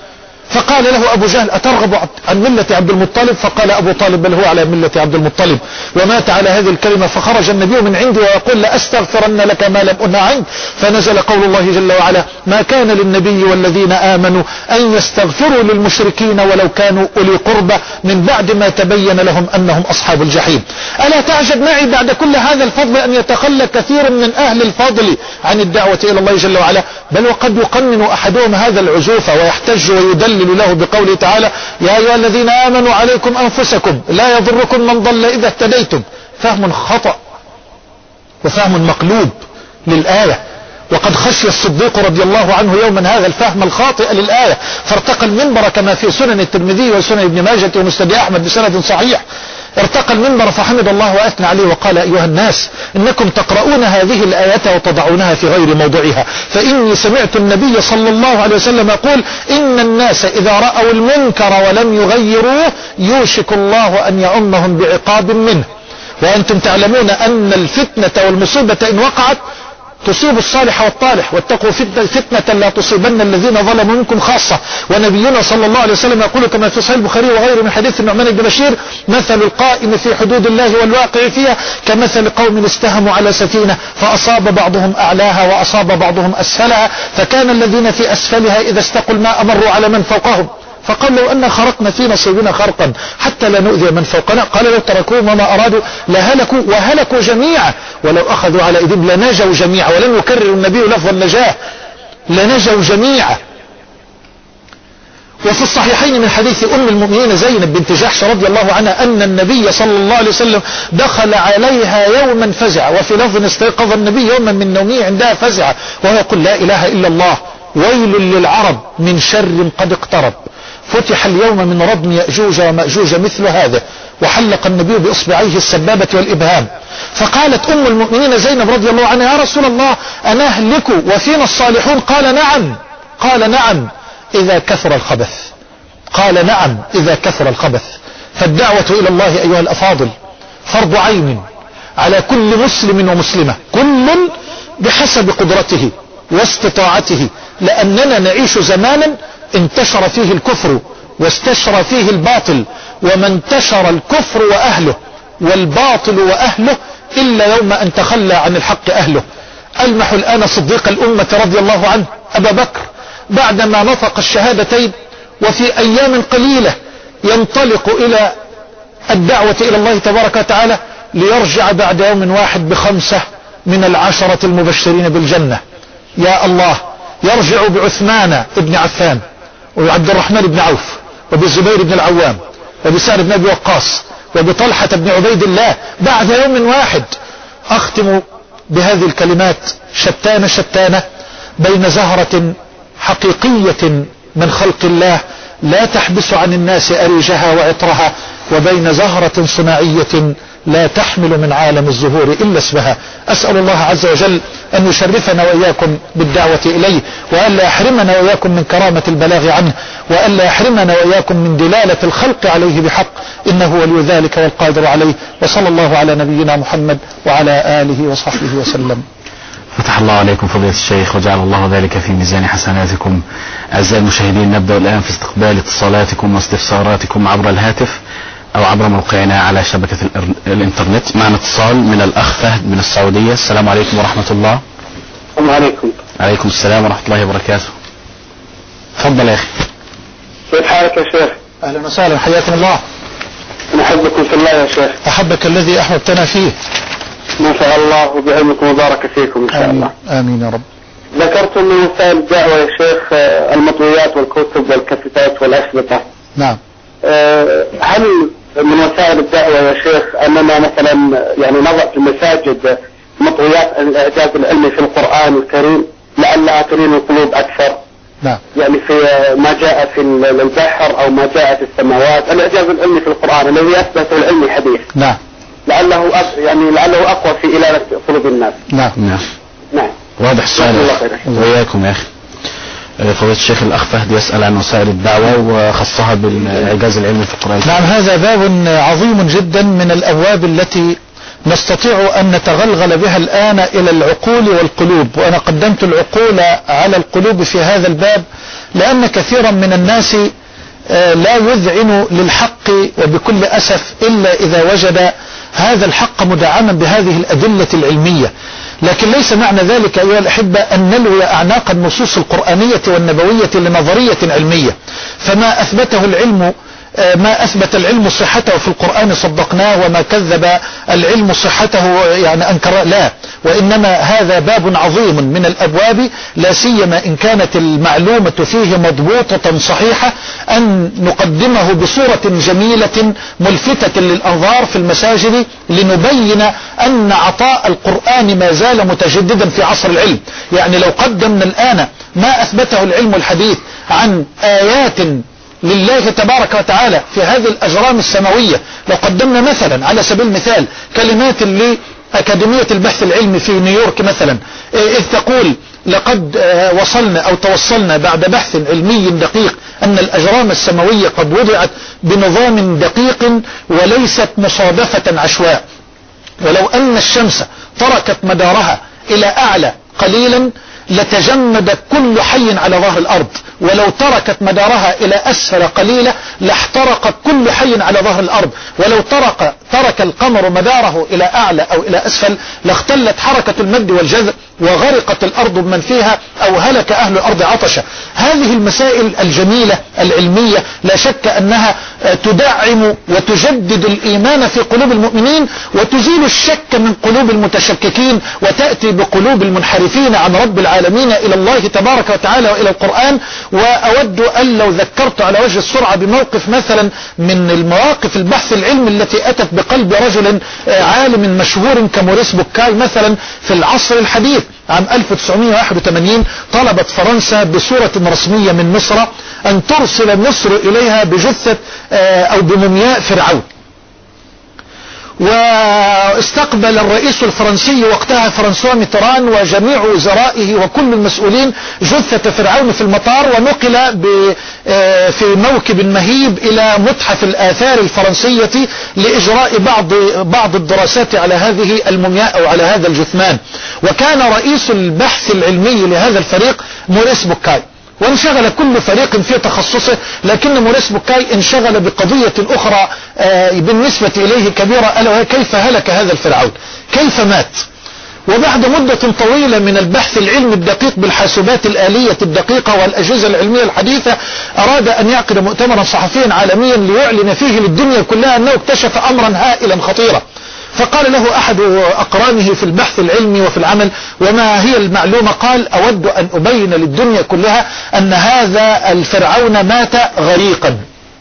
فقال له أبو جهل أترغب عن ملة عبد المطلب؟ فقال أبو طالب بل هو على ملة عبد المطلب، ومات على هذه الكلمة. فخرج النبي من عنده ويقول لأستغفرن لك ما لم أنه عنك. فنزل قول الله جل وعلا ما كان للنبي والذين آمنوا أن يستغفروا للمشركين ولو كانوا أولي قربى من بعد ما تبين لهم أنهم أصحاب الجحيم. ألا تعجب معي بعد كل هذا الفضل أن يتخلى كثير من أهل الفضل عن الدعوة إلى الله جل وعلا، بل وقد يقنن أحدهم هذا العزوف ويحتج ويدلل له بقوله تعالى يا أيها الذين آمنوا عليكم أنفسكم لا يضركم من ضل إذا اهتديتم. فهم خطأ وفهم مقلوب للآية، وقد خشي الصديق رضي الله عنه يوما هذا الفهم الخاطئ للآية، فارتقى المنبر كما في سنن الترمذي وسنن ابن ماجه ومسند أحمد بسند صحيح. ارتقى المنبر فحمد الله وأثنى عليه وقال أيها الناس إنكم تقرؤون هذه الآيات وتضعونها في غير موضعها، فإني سمعت النبي صلى الله عليه وسلم يقول إن الناس إذا رأوا المنكر ولم يغيروه يوشك الله أن يعمهم بعقاب منه، وأنتم تعلمون أن الفتنة والمصيبة إن وقعت تصيب الصالح والطالح، واتقوا فتنة, فتنة لا تصيبن الذين ظلموا منكم خاصة. ونبينا صلى الله عليه وسلم يقول كما في صحيح البخاري وغيره من حديث النعمان بن بشير مثل القائم في حدود الله والواقع فيها كمثل قوم استهموا على سفينة فأصاب بعضهم أعلاها وأصاب بعضهم أسفلها، فكان الذين في أسفلها إذا استقوا الماء مروا على من فوقهم فقال لو أن خرقنا في نصيبنا خرقا حتى لا نؤذي من فوقنا، قال لو تركوهم وما أرادوا لهلكوا وهلكوا جميعا، ولو أخذوا على إيديهم لنجوا جميعا، ولم يكرر النبي لفظ النجاة لنجوا جميعا. وفي الصحيحين من حديث أم المؤمنين زينب بنت جحش رضي الله عنها أن النبي صلى الله عليه وسلم دخل عليها يوما فزع، وفي لفظ استيقظ النبي يوما من نومه عندها فزع وهو يقول لا إله إلا الله ويل للعرب من شر قد اقترب، فتح اليوم من ردم يأجوج ومأجوج مثل هذا، وحلق النبي بإصبعيه السبابة والإبهام. فقالت أم المؤمنين زينب رضي الله عنها يا رسول الله أنهلك وفينا الصالحون؟ قال نعم قال نعم إذا كثر الخبث قال نعم إذا كثر الخبث. فالدعوة إلى الله أيها الأفاضل فرض عين على كل مسلم ومسلمة، كل بحسب قدرته واستطاعته، لأننا نعيش زمانا انتشر فيه الكفر واستشرى فيه الباطل، وما انتشر الكفر وأهله والباطل وأهله إلا يوم أن تخلى عن الحق أهله. ألمح الآن صديق الأمة رضي الله عنه أبا بكر بعدما نطق الشهادتين وفي أيام قليلة ينطلق إلى الدعوة إلى الله تبارك وتعالى ليرجع بعد يوم واحد بخمسة من العشرة المبشرين بالجنة. يا الله، يرجع بعثمان بن عفان وعبد الرحمن بن عوف وبالزبير بن العوام وبسعد بن أبي وقاص وبطلحة بن عبيد الله بعد يوم واحد. أختم بهذه الكلمات شتان شتانة بين زهرة حقيقية من خلق الله لا تحبس عن الناس أريجها وعطرها، وبين زهرة صناعية لا تحمل من عالم الزهور إلا اسمها. أسأل الله عز وجل أن يشرفنا وإياكم بالدعوة إليه، وألا يحرمنا وإياكم من كرامة البلاغ عنه، وألا يحرمنا وإياكم من دلالة الخلق عليه بحق، إنه ولي ذلك والقادر عليه. وصلى الله على نبينا محمد وعلى آله وصحبه وسلم. فتح الله عليكم فضيلة الشيخ وجعل الله ذلك في ميزان حسناتكم. أعزائي المشاهدين، نبدأ الآن في استقبال اتصالاتكم واستفساراتكم عبر الهاتف أو عبر موقعنا على شبكة الإنترنت. معنا اتصال من الأخ فهد من السعودية. السلام عليكم ورحمة الله. السلام عليكم. عليكم السلام ورحمة الله وبركاته. تفضل يا أخي. كيف حالك يا شيخ؟ أهلا وسهلا، حياكم الله. نحبكم في الله يا شيخ. أحبك الذي أحببتنا فيه. ما شاء الله، وبعلمكم وبارك فيكم إن شاء آمين. الله. آمين يا رب. ذكرتم من وسائل الدعوة يا شيخ المطويات والكتب والكاسيتات والأشرطة. نعم. هل من وسائل الدعوة يا شيخ أننا مثلا يعني نضع في المساجد مطويات الإعجاز العلمي في القرآن الكريم لعلها تلين القلوب أكثر؟ نعم. يعني في ما جاء في البحر أو ما جاء في السماوات، الإعجاز العلمي في القرآن الذي أثبت العلم حديث. نعم. لعله أق... يعني لعله أقوى في إلالة قلوب الناس. نعم. نعم. نعم. واضح السؤال. وإياكم يا أخي. فضيلة الشيخ الأخ فهد يسأل عن وسائل الدعوة وخصها بالإعجاز العلمي في القرآن. نعم، هذا باب عظيم جدا من الأبواب التي نستطيع أن نتغلغل بها الآن إلى العقول والقلوب، وأنا قدمت العقول على القلوب في هذا الباب لأن كثيرا من الناس لا يذعن للحق وبكل أسف إلا إذا وجد هذا الحق مدعما بهذه الأدلة العلمية. لكن ليس معنى ذلك أيها الأحبة أن نلوي أعناق النصوص القرآنية والنبوية لنظرية علمية. فما أثبته العلم ما أثبت العلم صحته في القرآن صدقناه، وما كذب العلم صحته يعني أنكر، لا، وإنما هذا باب عظيم من الأبواب، لا سيما إن كانت المعلومة فيه مضبوطة صحيحة، أن نقدمه بصورة جميلة ملفتة للأنظار في المساجد لنبين أن عطاء القرآن ما زال متجددا في عصر العلم. يعني لو قدمنا الآن ما أثبته العلم الحديث عن آيات لله تبارك وتعالى في هذه الأجرام السماوية، لو قدمنا مثلا على سبيل المثال كلمات لأكاديمية البحث العلمي في نيويورك مثلا، إذ تقول لقد وصلنا أو توصلنا بعد بحث علمي دقيق أن الأجرام السماوية قد وضعت بنظام دقيق وليست مصادفة عشواء، ولو أن الشمس تركت مدارها إلى أعلى قليلا لتجمد كل حي على ظهر الأرض، ولو تركت مدارها إلى أسفل قليلة لاحترق كل حي على ظهر الأرض، ولو ترك, ترك القمر مداره إلى أعلى أو إلى أسفل لاختلت حركة المد والجذر وغرقت الأرض بمن فيها أو هلك أهل الأرض عطشا. هذه المسائل الجميلة العلمية لا شك أنها تدعم وتجدد الإيمان في قلوب المؤمنين وتزيل الشك من قلوب المتشككين، وتأتي بقلوب المنحرفين عن رب العالمين إلى الله تبارك وتعالى وإلى القرآن. وأود أن لو ذكرت على وجه السرعة بموقف مثلا من المواقف البحث العلمي التي أتت بقلب رجل عالم مشهور كموريس بوكاي مثلا في العصر الحديث. عام ألف وتسعمائة وواحد وثمانين طلبت فرنسا بصورة رسمية من مصر أن ترسل مصر إليها بجثة أو بمومياء فرعون، واستقبل الرئيس الفرنسي وقتها فرانسوا ميتران وجميع وزرائه وكل المسؤولين جثة فرعون في المطار، ونقل في موكب مهيب إلى متحف الآثار الفرنسية لإجراء بعض بعض الدراسات على هذه المومياء أو على هذا الجثمان. وكان رئيس البحث العلمي لهذا الفريق موريس بوكاي، وانشغل كل فريق في تخصصه، لكن موريس بوكاي انشغل بقضية أخرى بالنسبة إليه كبيرة، ألا وهي كيف هلك هذا الفرعون، كيف مات. وبعد مدة طويلة من البحث العلمي الدقيق بالحاسوبات الآلية الدقيقة والأجهزة العلمية الحديثة أراد أن يعقد مؤتمرا صحفيا عالميا ليعلن فيه للدنيا كلها أنه اكتشف أمرا هائلا خطيرا. فقال له أحد أقرانه في البحث العلمي وفي العمل: وما هي المعلومة؟ قال: أود أن أبين للدنيا كلها أن هذا الفرعون مات غريقا.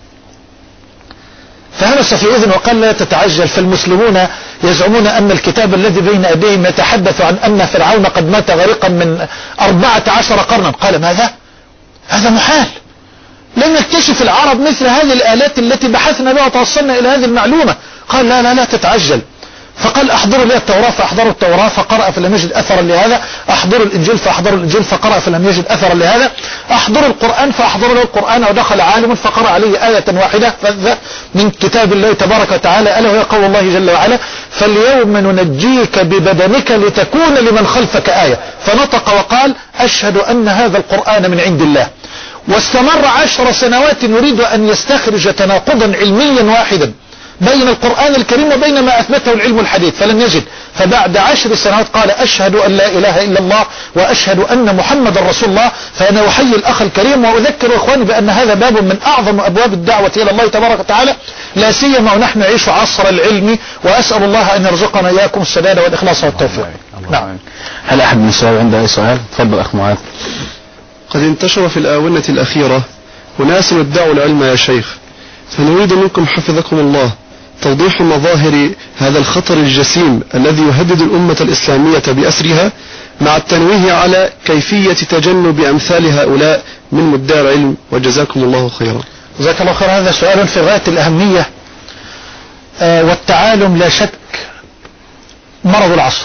فهمس في أذن وقال: لا تتعجل، فالمسلمون يزعمون أن الكتاب الذي بين أيديهم يتحدث عن أن فرعون قد مات غريقا من أربعة عشر قرنا. قال: ماذا؟ هذا محال، لم يكتشف العرب مثل هذه الآلات التي بحثنا بها وتوصلنا إلى هذه المعلومة. قال: لا لا لا تتعجل. فقال: احضروا لي التوراة، فاحضروا التوراة فقرأ فلم يجد أثرا لهذا. احضروا الإنجيل، فاحضروا الإنجيل فقرأ فلم يجد أثرا لهذا. احضروا القرآن، فاحضروا له القرآن، ودخل عالم فقرأ عليه آية واحدة من كتاب الله تبارك وتعالى، ألا وهي قول الله جل وعلا: فاليوم ننجيك ببدنك لتكون لمن خلفك آية. فنطق وقال: أشهد أن هذا القرآن من عند الله. واستمر عشر سنوات يريد أن يستخرج تناقضا علميا واحدا بين القرآن الكريم وبين ما أثبته العلم الحديث فلم يجد. فبعد عشر سنوات قال: أشهد أن لا إله إلا الله وأشهد أن محمد رسول الله. فأنا أحيي الأخ الكريم وأذكر إخواني بأن هذا باب من أعظم أبواب الدعوة إلى الله تبارك وتعالى، لا سيما ونحن نعيش عصر العلم، وأسأل الله أن يرزقنا إياكم السداد والإخلاص والتوفيق. نعم. هل أحد من الشباب عنده أي سؤال؟ تفضل أخ معاذ. قد انتشر في الآونة الأخيرة أناس ادعوا العلم يا شيخ، فنريد منكم حفظكم الله توضيح مظاهر هذا الخطر الجسيم الذي يهدد الأمة الإسلامية بأسرها، مع التنويه على كيفية تجنب أمثال هؤلاء من مدعي العلم، وجزاكم الله خيرا. جزاك الله خيرا. هذا سؤال في غاية الأهمية. آه والتعالم لا شك مرض العصر.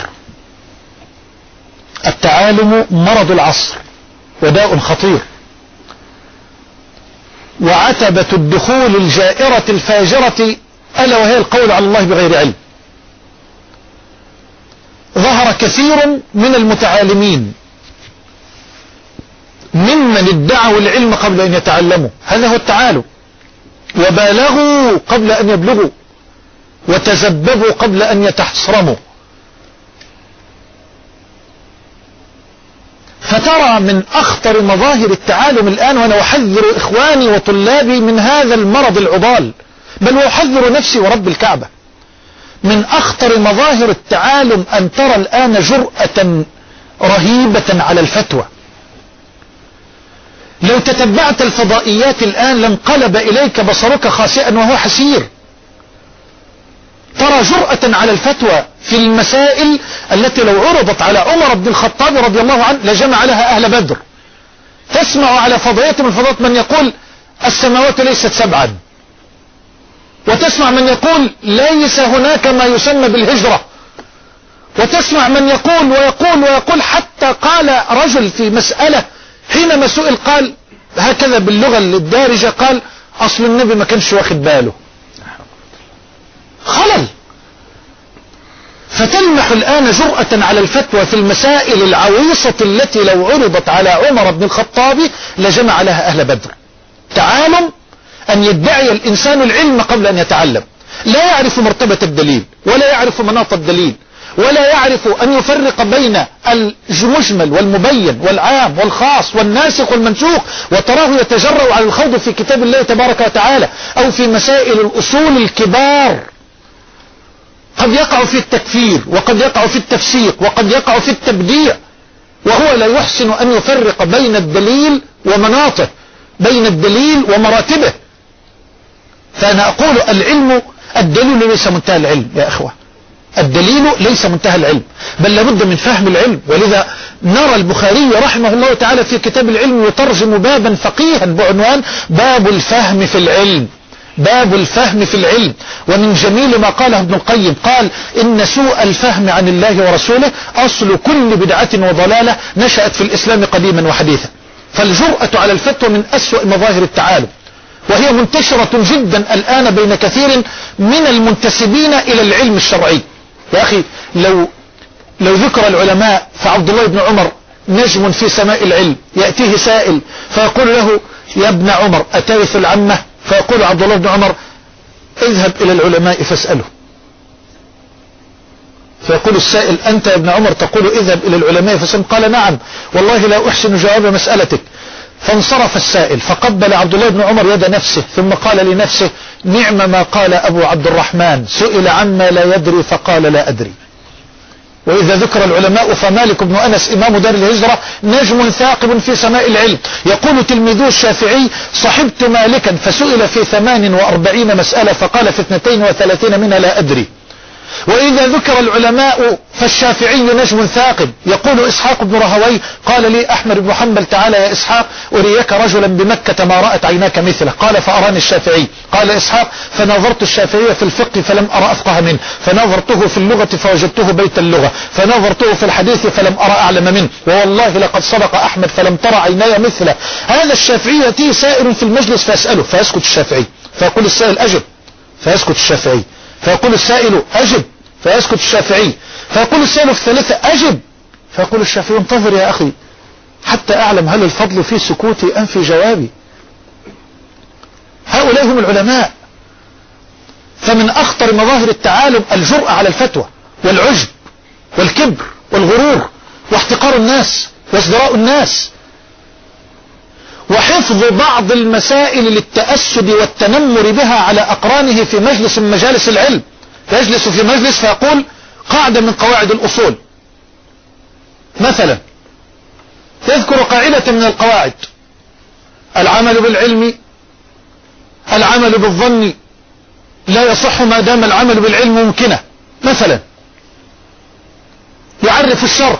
التعالم مرض العصر وداء خطير، وعتبة الدخول الجائرة الفاجرة ألا وهي القول على الله بغير علم. ظهر كثير من المتعالمين ممن ادعوا العلم قبل أن يتعلموا، هذا هو التعالم. وبالغوا قبل أن يبلغوا، وتزببوا قبل أن يتحصرموا. فترى من أخطر مظاهر التعالم الآن، وأنا أحذر إخواني وطلابي من هذا المرض العضال، بل وأحذر نفسي ورب الكعبة، من أخطر مظاهر التعالم أن ترى الآن جرأة رهيبة على الفتوى. لو تتبعت الفضائيات الآن لانقلب إليك بصرك خاسئا وهو حسير. ترى جرأة على الفتوى في المسائل التي لو عرضت على عمر بن الخطاب رضي الله عنه لجمع لها أهل بدر. تسمع على فضائيات من الفضائيات من يقول السماوات ليست سبعا، وتسمع من يقول ليس هناك ما يسمى بالهجرة، وتسمع من يقول ويقول ويقول، حتى قال رجل في مسألة حينما سئل قال هكذا باللغة الدارجة، قال أصل النبي ما كانش واخد باله. خلل. فتلمح الآن جرأة على الفتوى في المسائل العويصة التي لو عرضت على عمر بن الخطاب لجمع لها أهل بدر. تعالم أن يدعي الإنسان العلم قبل أن يتعلم، لا يعرف مرتبة الدليل، ولا يعرف مناط الدليل، ولا يعرف أن يفرق بين المجمل والمبين والعام والخاص والناسخ والمنسوخ، وتراه يتجرأ على الخوض في كتاب الله تبارك وتعالى أو في مسائل الأصول الكبار. قد يقع في التكفير، وقد يقع في التفسيق، وقد يقع في التبديع، وهو لا يحسن أن يفرق بين الدليل ومناطه، بين الدليل ومراتبه. فأنا أقول العلم، الدليل ليس منتهى العلم يا أخوة، الدليل ليس منتهى العلم، بل لابد من فهم العلم. ولذا نرى البخاري رحمه الله تعالى في كتاب العلم يترجم بابا فقيها بعنوان باب الفهم في العلم، باب الفهم في العلم. ومن جميل ما قاله ابن القيم قال إن سوء الفهم عن الله ورسوله أصل كل بدعة وضلالة نشأت في الإسلام قديما وحديثا. فالجرأة على الفتوى من أسوأ مظاهر التعالم، وهي منتشرة جدا الآن بين كثير من المنتسبين إلى العلم الشرعي. يا أخي لو لو ذكر العلماء فعبد الله بن عمر نجم في سماء العلم، يأتيه سائل فيقول له يا ابن عمر أترث العمة؟ فيقول عبد الله بن عمر اذهب إلى العلماء فاسأله. فيقول السائل أنت يا ابن عمر تقول اذهب إلى العلماء فاسأله؟ قال نعم والله لا أحسن جواب مسألتك. فانصرف السائل فقبل عبد الله بن عمر يد نفسه ثم قال لنفسه نعم ما قال أبو عبد الرحمن سئل عما لا يدري فقال لا أدري. وإذا ذكر العلماء فمالك بن أنس إمام دار الهجرة نجم ثاقب في سماء العلم. يقول تلميذه الشافعي صحبت مالكا فسئل في ثمان وأربعين مسألة فقال في اثنتين وثلاثين منها لا أدري. وإذا ذكر العلماء فالشافعي نجم ثاقب. يقول إسحاق بن رهوي قال لي أحمد بن حنبل تعالى يا إسحاق أريك رجلا بمكة ما رأت عيناك مثله. قال فأراني الشافعي. قال إسحاق فنظرت الشافعي في الفقه فلم أرى أفقه منه، فنظرته في اللغة فوجدته بيت اللغة، فنظرته في الحديث فلم أرى أعلم منه، ووالله لقد صدق أحمد فلم ترى عيناي مثله. هذا الشافعي يأتيه سائل في المجلس فيسأله فيسكت الشافعي، فيقول السائل أجب فيسكت الشافعي، فيقول السائل أجب فيسكت الشافعي، فيقول السائل في الثالثة أجب، فيقول الشافعي انتظر يا أخي حتى أعلم هل الفضل في سكوتي أم في جوابي. هؤلاء هم العلماء. فمن أخطر مظاهر التعالم الجرأة على الفتوى والعجب والكبر والغرور واحتقار الناس وازدراء الناس، وحفظ بعض المسائل للتأسد والتنمر بها على أقرانه في مجلس من مجالس العلم. يجلس في مجلس فيقول قاعدة من قواعد الأصول مثلا، يذكر قاعدة من القواعد العمل بالعلم العمل بالظن لا يصح ما دام العمل بالعلم ممكنة مثلا. يعرف الشرط،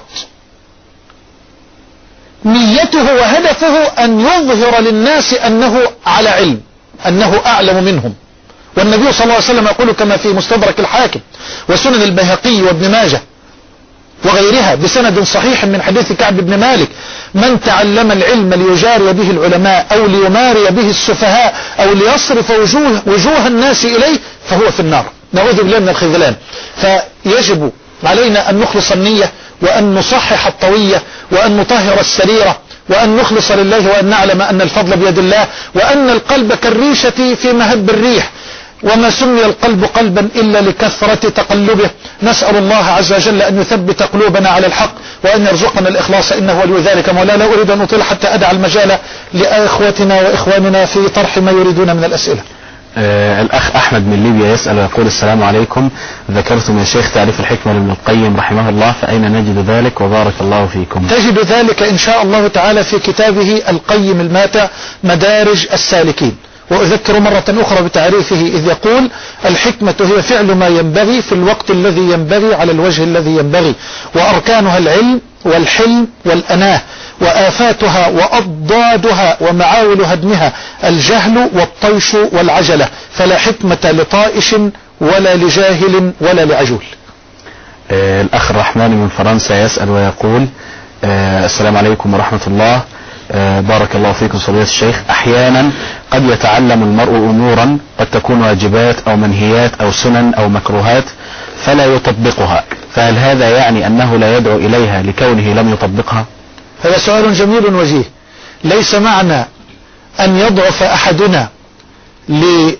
نيته وهدفه أن يظهر للناس أنه على علم، أنه أعلم منهم. والنبي صلى الله عليه وسلم يقول كما في مستدرك الحاكم وسنن البيهقي وابن ماجه وغيرها بسند صحيح من حديث كعب بن مالك من تعلم العلم ليجاري به العلماء أو ليماري به السفهاء أو ليصرف وجوه, وجوه الناس إليه فهو في النار. نعوذ بالله من الخذلان. فيجب علينا أن نخلص النية وأن نصحح الطوية وأن نطهر السريرة وأن نخلص لله، وأن نعلم أن الفضل بيد الله، وأن القلب كالريشة في مهب الريح، وما سمي القلب قلبا إلا لكثرة تقلبه. نسأل الله عز وجل أن يثبت قلوبنا على الحق، وأن يرزقنا الإخلاص، إنه ولي ذلك مولانا. لا أريد أن أطيل حتى أدع المجال لأخوتنا وإخواننا في طرح ما يريدون من الأسئلة. آه الأخ أحمد من ليبيا يسأل ويقول: السلام عليكم، ذكرتم يا شيخ تعريف الحكمة لابن القيم رحمه الله، فأين نجد ذلك؟ وبارك الله فيكم. تجد ذلك إن شاء الله تعالى في كتابه القيم الماتع مدارج السالكين. وأذكر مرة أخرى بتعريفه إذ يقول: الحكمة هي فعل ما ينبغي في الوقت الذي ينبغي على الوجه الذي ينبغي، وأركانها العلم والحلم والأناه، وآفاتها وأضدادها ومعاول هدمها الجهل والطيش والعجلة، فلا حكمة لطائش ولا لجاهل ولا لعجول. آه الأخ الرحمن من فرنسا يسأل ويقول: آه السلام عليكم ورحمة الله، آه بارك الله فيكم فضيلة الشيخ. أحيانا قد يتعلم المرء أمورا قد تكون واجبات أو منهيات أو سنن أو مكروهات فلا يطبقها، فهل هذا يعني أنه لا يدعو إليها لكونه لم يطبقها؟ هذا سؤال جميل وجيه. ليس معنى أن يضعف أحدنا لهيئته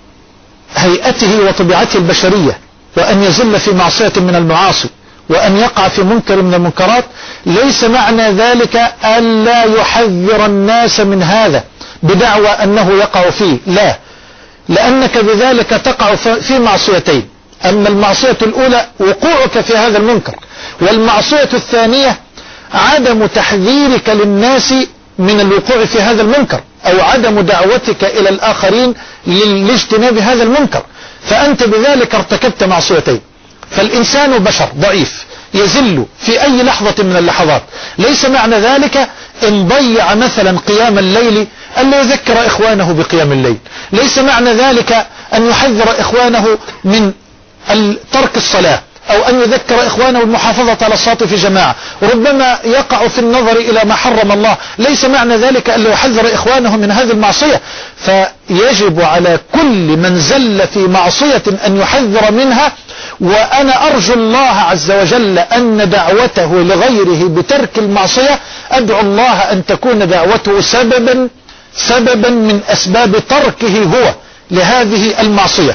وطبيعته البشرية وأن يزل في معصية من المعاصي وأن يقع في منكر من المنكرات، ليس معنى ذلك ألا يحذر الناس من هذا بدعوى أنه يقع فيه، لا، لأنك بذلك تقع في معصيتين. أما المعصية الأولى وقوعك في هذا المنكر، والمعصية الثانية عدم تحذيرك للناس من الوقوع في هذا المنكر، أو عدم دعوتك إلى الآخرين لاجتناب هذا المنكر، فأنت بذلك ارتكبت معصيتين. فالإنسان بشر ضعيف يزل في أي لحظة من اللحظات. ليس معنى ذلك إن ضيع مثلا قيام الليل أن يذكر إخوانه بقيام الليل، ليس معنى ذلك أن يحذر إخوانه من ترك الصلاة، أو أن يذكر إخوانه المحافظة على الصلاة في جماعة، ربما يقع في النظر إلى ما حرم الله. ليس معنى ذلك أن يحذر إخوانه من هذه المعصية، فيجب على كل من زل في معصية أن يحذر منها. وأنا أرجو الله عز وجل أن دعوته لغيره بترك المعصية، أدعو الله أن تكون دعوته سببا سببا من أسباب تركه هو لهذه المعصية.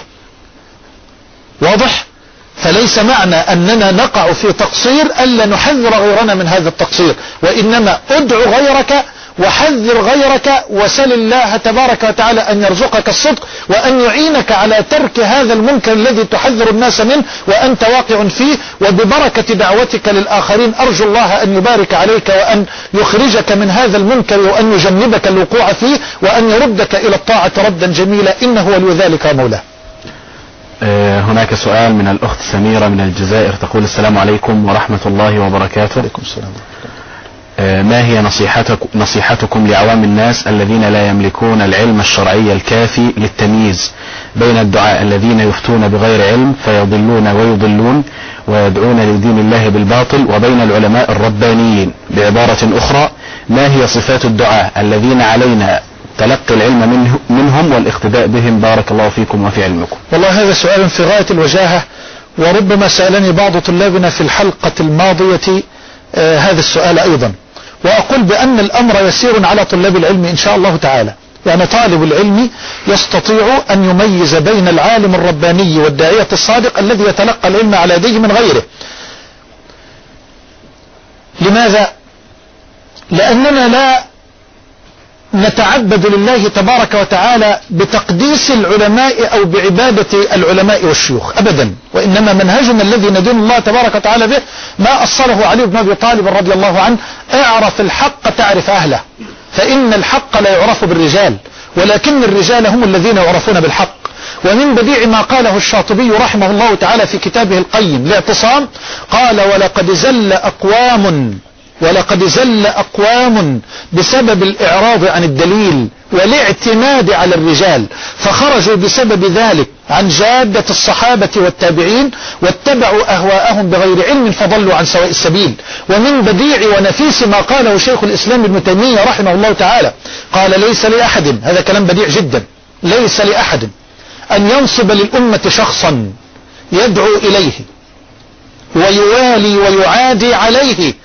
واضح؟ فليس معنى أننا نقع في تقصير ألا نحذر غيرنا من هذا التقصير، وإنما ادعو غيرك وحذر غيرك، وسل الله تبارك وتعالى أن يرزقك الصدق وأن يعينك على ترك هذا المنكر الذي تحذر الناس منه وأنت واقع فيه. وببركة دعوتك للآخرين أرجو الله أن يبارك عليك وأن يخرجك من هذا المنكر وأن يجنبك الوقوع فيه وأن يردك إلى الطاعة ردا جميلا، إنه ولي ذلك ومولاه. هناك سؤال من الأخت سميرة من الجزائر تقول: السلام عليكم ورحمة الله وبركاته. عليكم السلام. ما هي نصيحتك نصيحتكم لعوام الناس الذين لا يملكون العلم الشرعي الكافي للتمييز بين الدعاء الذين يفتون بغير علم فيضلون ويضلون ويدعون لدين الله بالباطل، وبين العلماء الربانيين؟ بعبارة أخرى، ما هي صفات الدعاء الذين علينا تلقي العلم منه منهم والاقتداء بهم؟ بارك الله فيكم وفي علمكم. والله هذا سؤال في غاية الوجاهة، وربما سألني بعض طلابنا في الحلقة الماضية آه هذا السؤال أيضا، وأقول بأن الأمر يسير على طلاب العلم إن شاء الله تعالى. يعني طالب العلم يستطيع أن يميز بين العالم الرباني والداعية الصادق الذي يتلقى العلم على يديه من غيره. لماذا؟ لأننا لا نتعبد لله تبارك وتعالى بتقديس العلماء أو بعبادة العلماء والشيوخ أبدا، وإنما منهجنا الذي ندين الله تبارك وتعالى به ما أصله علي بن أبي طالب رضي الله عنه: اعرف الحق تعرف أهله، فإن الحق لا يعرف بالرجال ولكن الرجال هم الذين يعرفون بالحق. ومن بديع ما قاله الشاطبي رحمه الله تعالى في كتابه القيم الاعتصام، قال: ولقد زل أقوام ولقد زل أقوام بسبب الإعراض عن الدليل والاعتماد على الرجال، فخرجوا بسبب ذلك عن جادة الصحابة والتابعين واتبعوا أهواءهم بغير علم فضلوا عن سواء السبيل. ومن بديع ونفيس ما قاله شيخ الإسلام ابن تيمية رحمه الله تعالى، قال: ليس لأحد، هذا كلام بديع جدا، ليس لأحد أن ينصب للأمة شخصا يدعو إليه ويوالي ويعادي عليه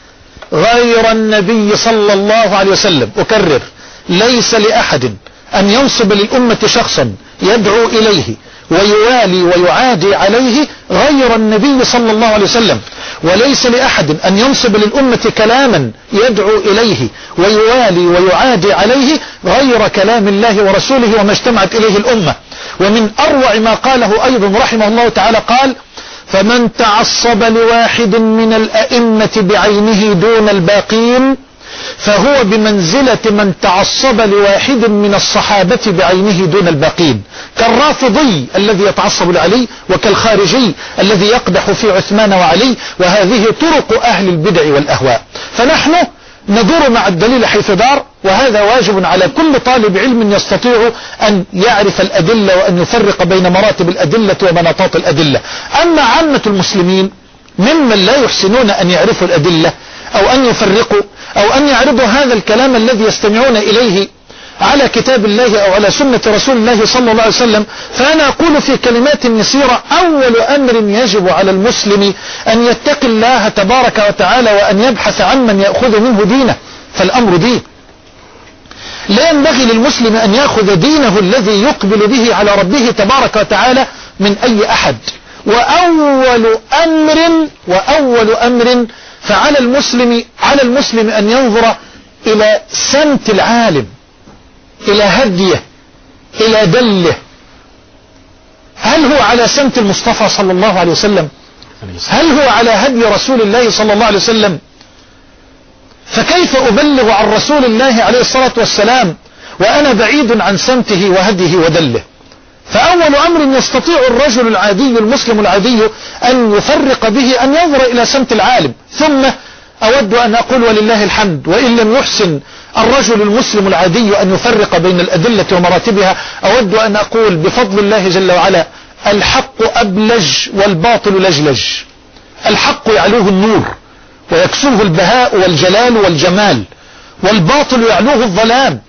غير النبي صلى الله عليه وسلم. أكرر: ليس لأحد أن ينصب للأمة شخصا يدعو إليه ويوالي ويعادي عليه غير النبي صلى الله عليه وسلم، وليس لأحد أن ينصب للأمة كلاما يدعو إليه ويوالي ويعادي عليه غير كلام الله ورسوله وما اجتمعت إليه الأمة. ومن أروع ما قاله أيضا رحمه الله تعالى قال: فمن تعصب لواحد من الأئمة بعينه دون الباقين فهو بمنزلة من تعصب لواحد من الصحابة بعينه دون الباقين، كالرافضي الذي يتعصب لعلي وكالخارجي الذي يقدح في عثمان وعلي. وهذه طرق أهل البدع والأهواء. فنحن ندور مع الدليل حيث دار، وهذا واجب على كل طالب علم يستطيع أن يعرف الأدلة وأن يفرق بين مراتب الأدلة ومناطات الأدلة. أما عامة المسلمين ممن لا يحسنون أن يعرفوا الأدلة أو أن يفرقوا أو أن يعرضوا هذا الكلام الذي يستمعون إليه على كتاب الله أو على سنة رسول الله صلى الله عليه وسلم، فأنا أقول في كلمات يسيرة: أول أمر يجب على المسلم أن يتقي الله تبارك وتعالى وأن يبحث عن من يأخذ منه دينه، فالأمر دين. لا ينبغي للمسلم أن يأخذ دينه الذي يقبل به على ربه تبارك وتعالى من أي أحد. وأول أمر وأول أمر فعلى المسلم على المسلم أن ينظر إلى سمت العالم، إلى هديه، إلى دله. هل هو على سمت المصطفى صلى الله عليه وسلم؟ هل هو على هدي رسول الله صلى الله عليه وسلم؟ فكيف أبلغ عن رسول الله عليه الصلاة والسلام وأنا بعيد عن سمته وهديه ودله؟ فأول أمر يستطيع الرجل العادي المسلم العادي أن يفرق به أن ينظر إلى سمت العالم. ثم أود أن أقول ولله الحمد، وإن لم يحسن الرجل المسلم العادي أن يفرق بين الأدلة ومراتبها، أود أن أقول بفضل الله جل وعلا: الحق أبلج والباطل لجلج. الحق يعلوه النور ويكسوه البهاء والجلال والجمال، والباطل يعلوه الظلام.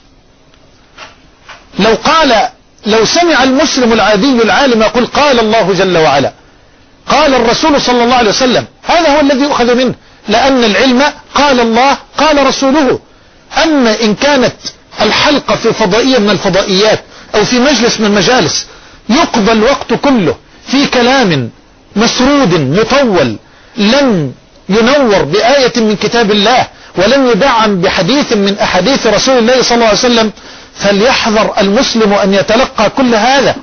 لو قال لو سمع المسلم العادي العالم يقول: قال الله جل وعلا، قال الرسول صلى الله عليه وسلم، هذا هو الذي يؤخذ منه، لأن العلم قال الله قال رسوله. أما إن كانت الحلقة في فضائية من الفضائيات أو في مجلس من المجالس يقضى الوقت كله في كلام مسرود مطول لن ينور بآية من كتاب الله ولن يدعم بحديث من أحاديث رسول الله صلى الله عليه وسلم، فليحذر المسلم أن يتلقى كل هذا.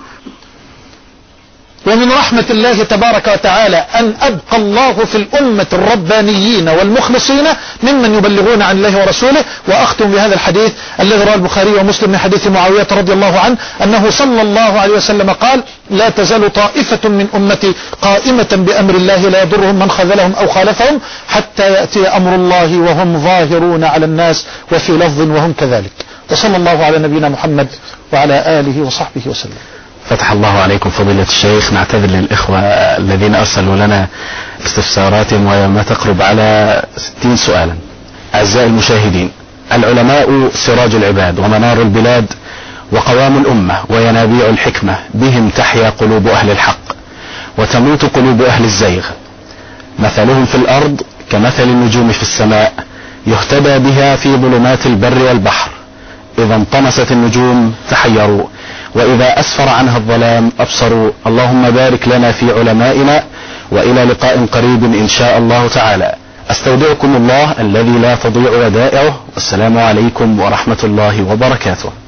ومن رحمة الله تبارك وتعالى أن أبقى الله في الأمة الربانيين والمخلصين ممن يبلغون عن الله ورسوله. وأختم بهذا الحديث الذي رواه البخاري ومسلم من حديث معاوية رضي الله عنه أنه صلى الله عليه وسلم قال: لا تزال طائفة من أمتي قائمة بأمر الله لا يضرهم من خذلهم أو خالفهم حتى يأتي أمر الله وهم ظاهرون على الناس، وفي لفظ وهم كذلك. وصلى الله على نبينا محمد وعلى آله وصحبه وسلم. فتح الله عليكم فضيلة الشيخ. نعتذر للإخوة الذين أرسلوا لنا استفساراتهم وما تقرب على ستين سؤالا. أعزائي المشاهدين، العلماء سراج العباد ومنار البلاد وقوام الأمة وينابيع الحكمة، بهم تحيا قلوب أهل الحق وتموت قلوب أهل الزيغ. مثلهم في الأرض كمثل النجوم في السماء، يهتدى بها في ظلمات البر والبحر. إذا انطمست النجوم تحيروا، وإذا أسفر عنها الظلام أبصروا. اللهم بارك لنا في علمائنا، وإلى لقاء قريب إن شاء الله تعالى. أستودعكم الله الذي لا تضيع ودائعه، والسلام عليكم ورحمة الله وبركاته.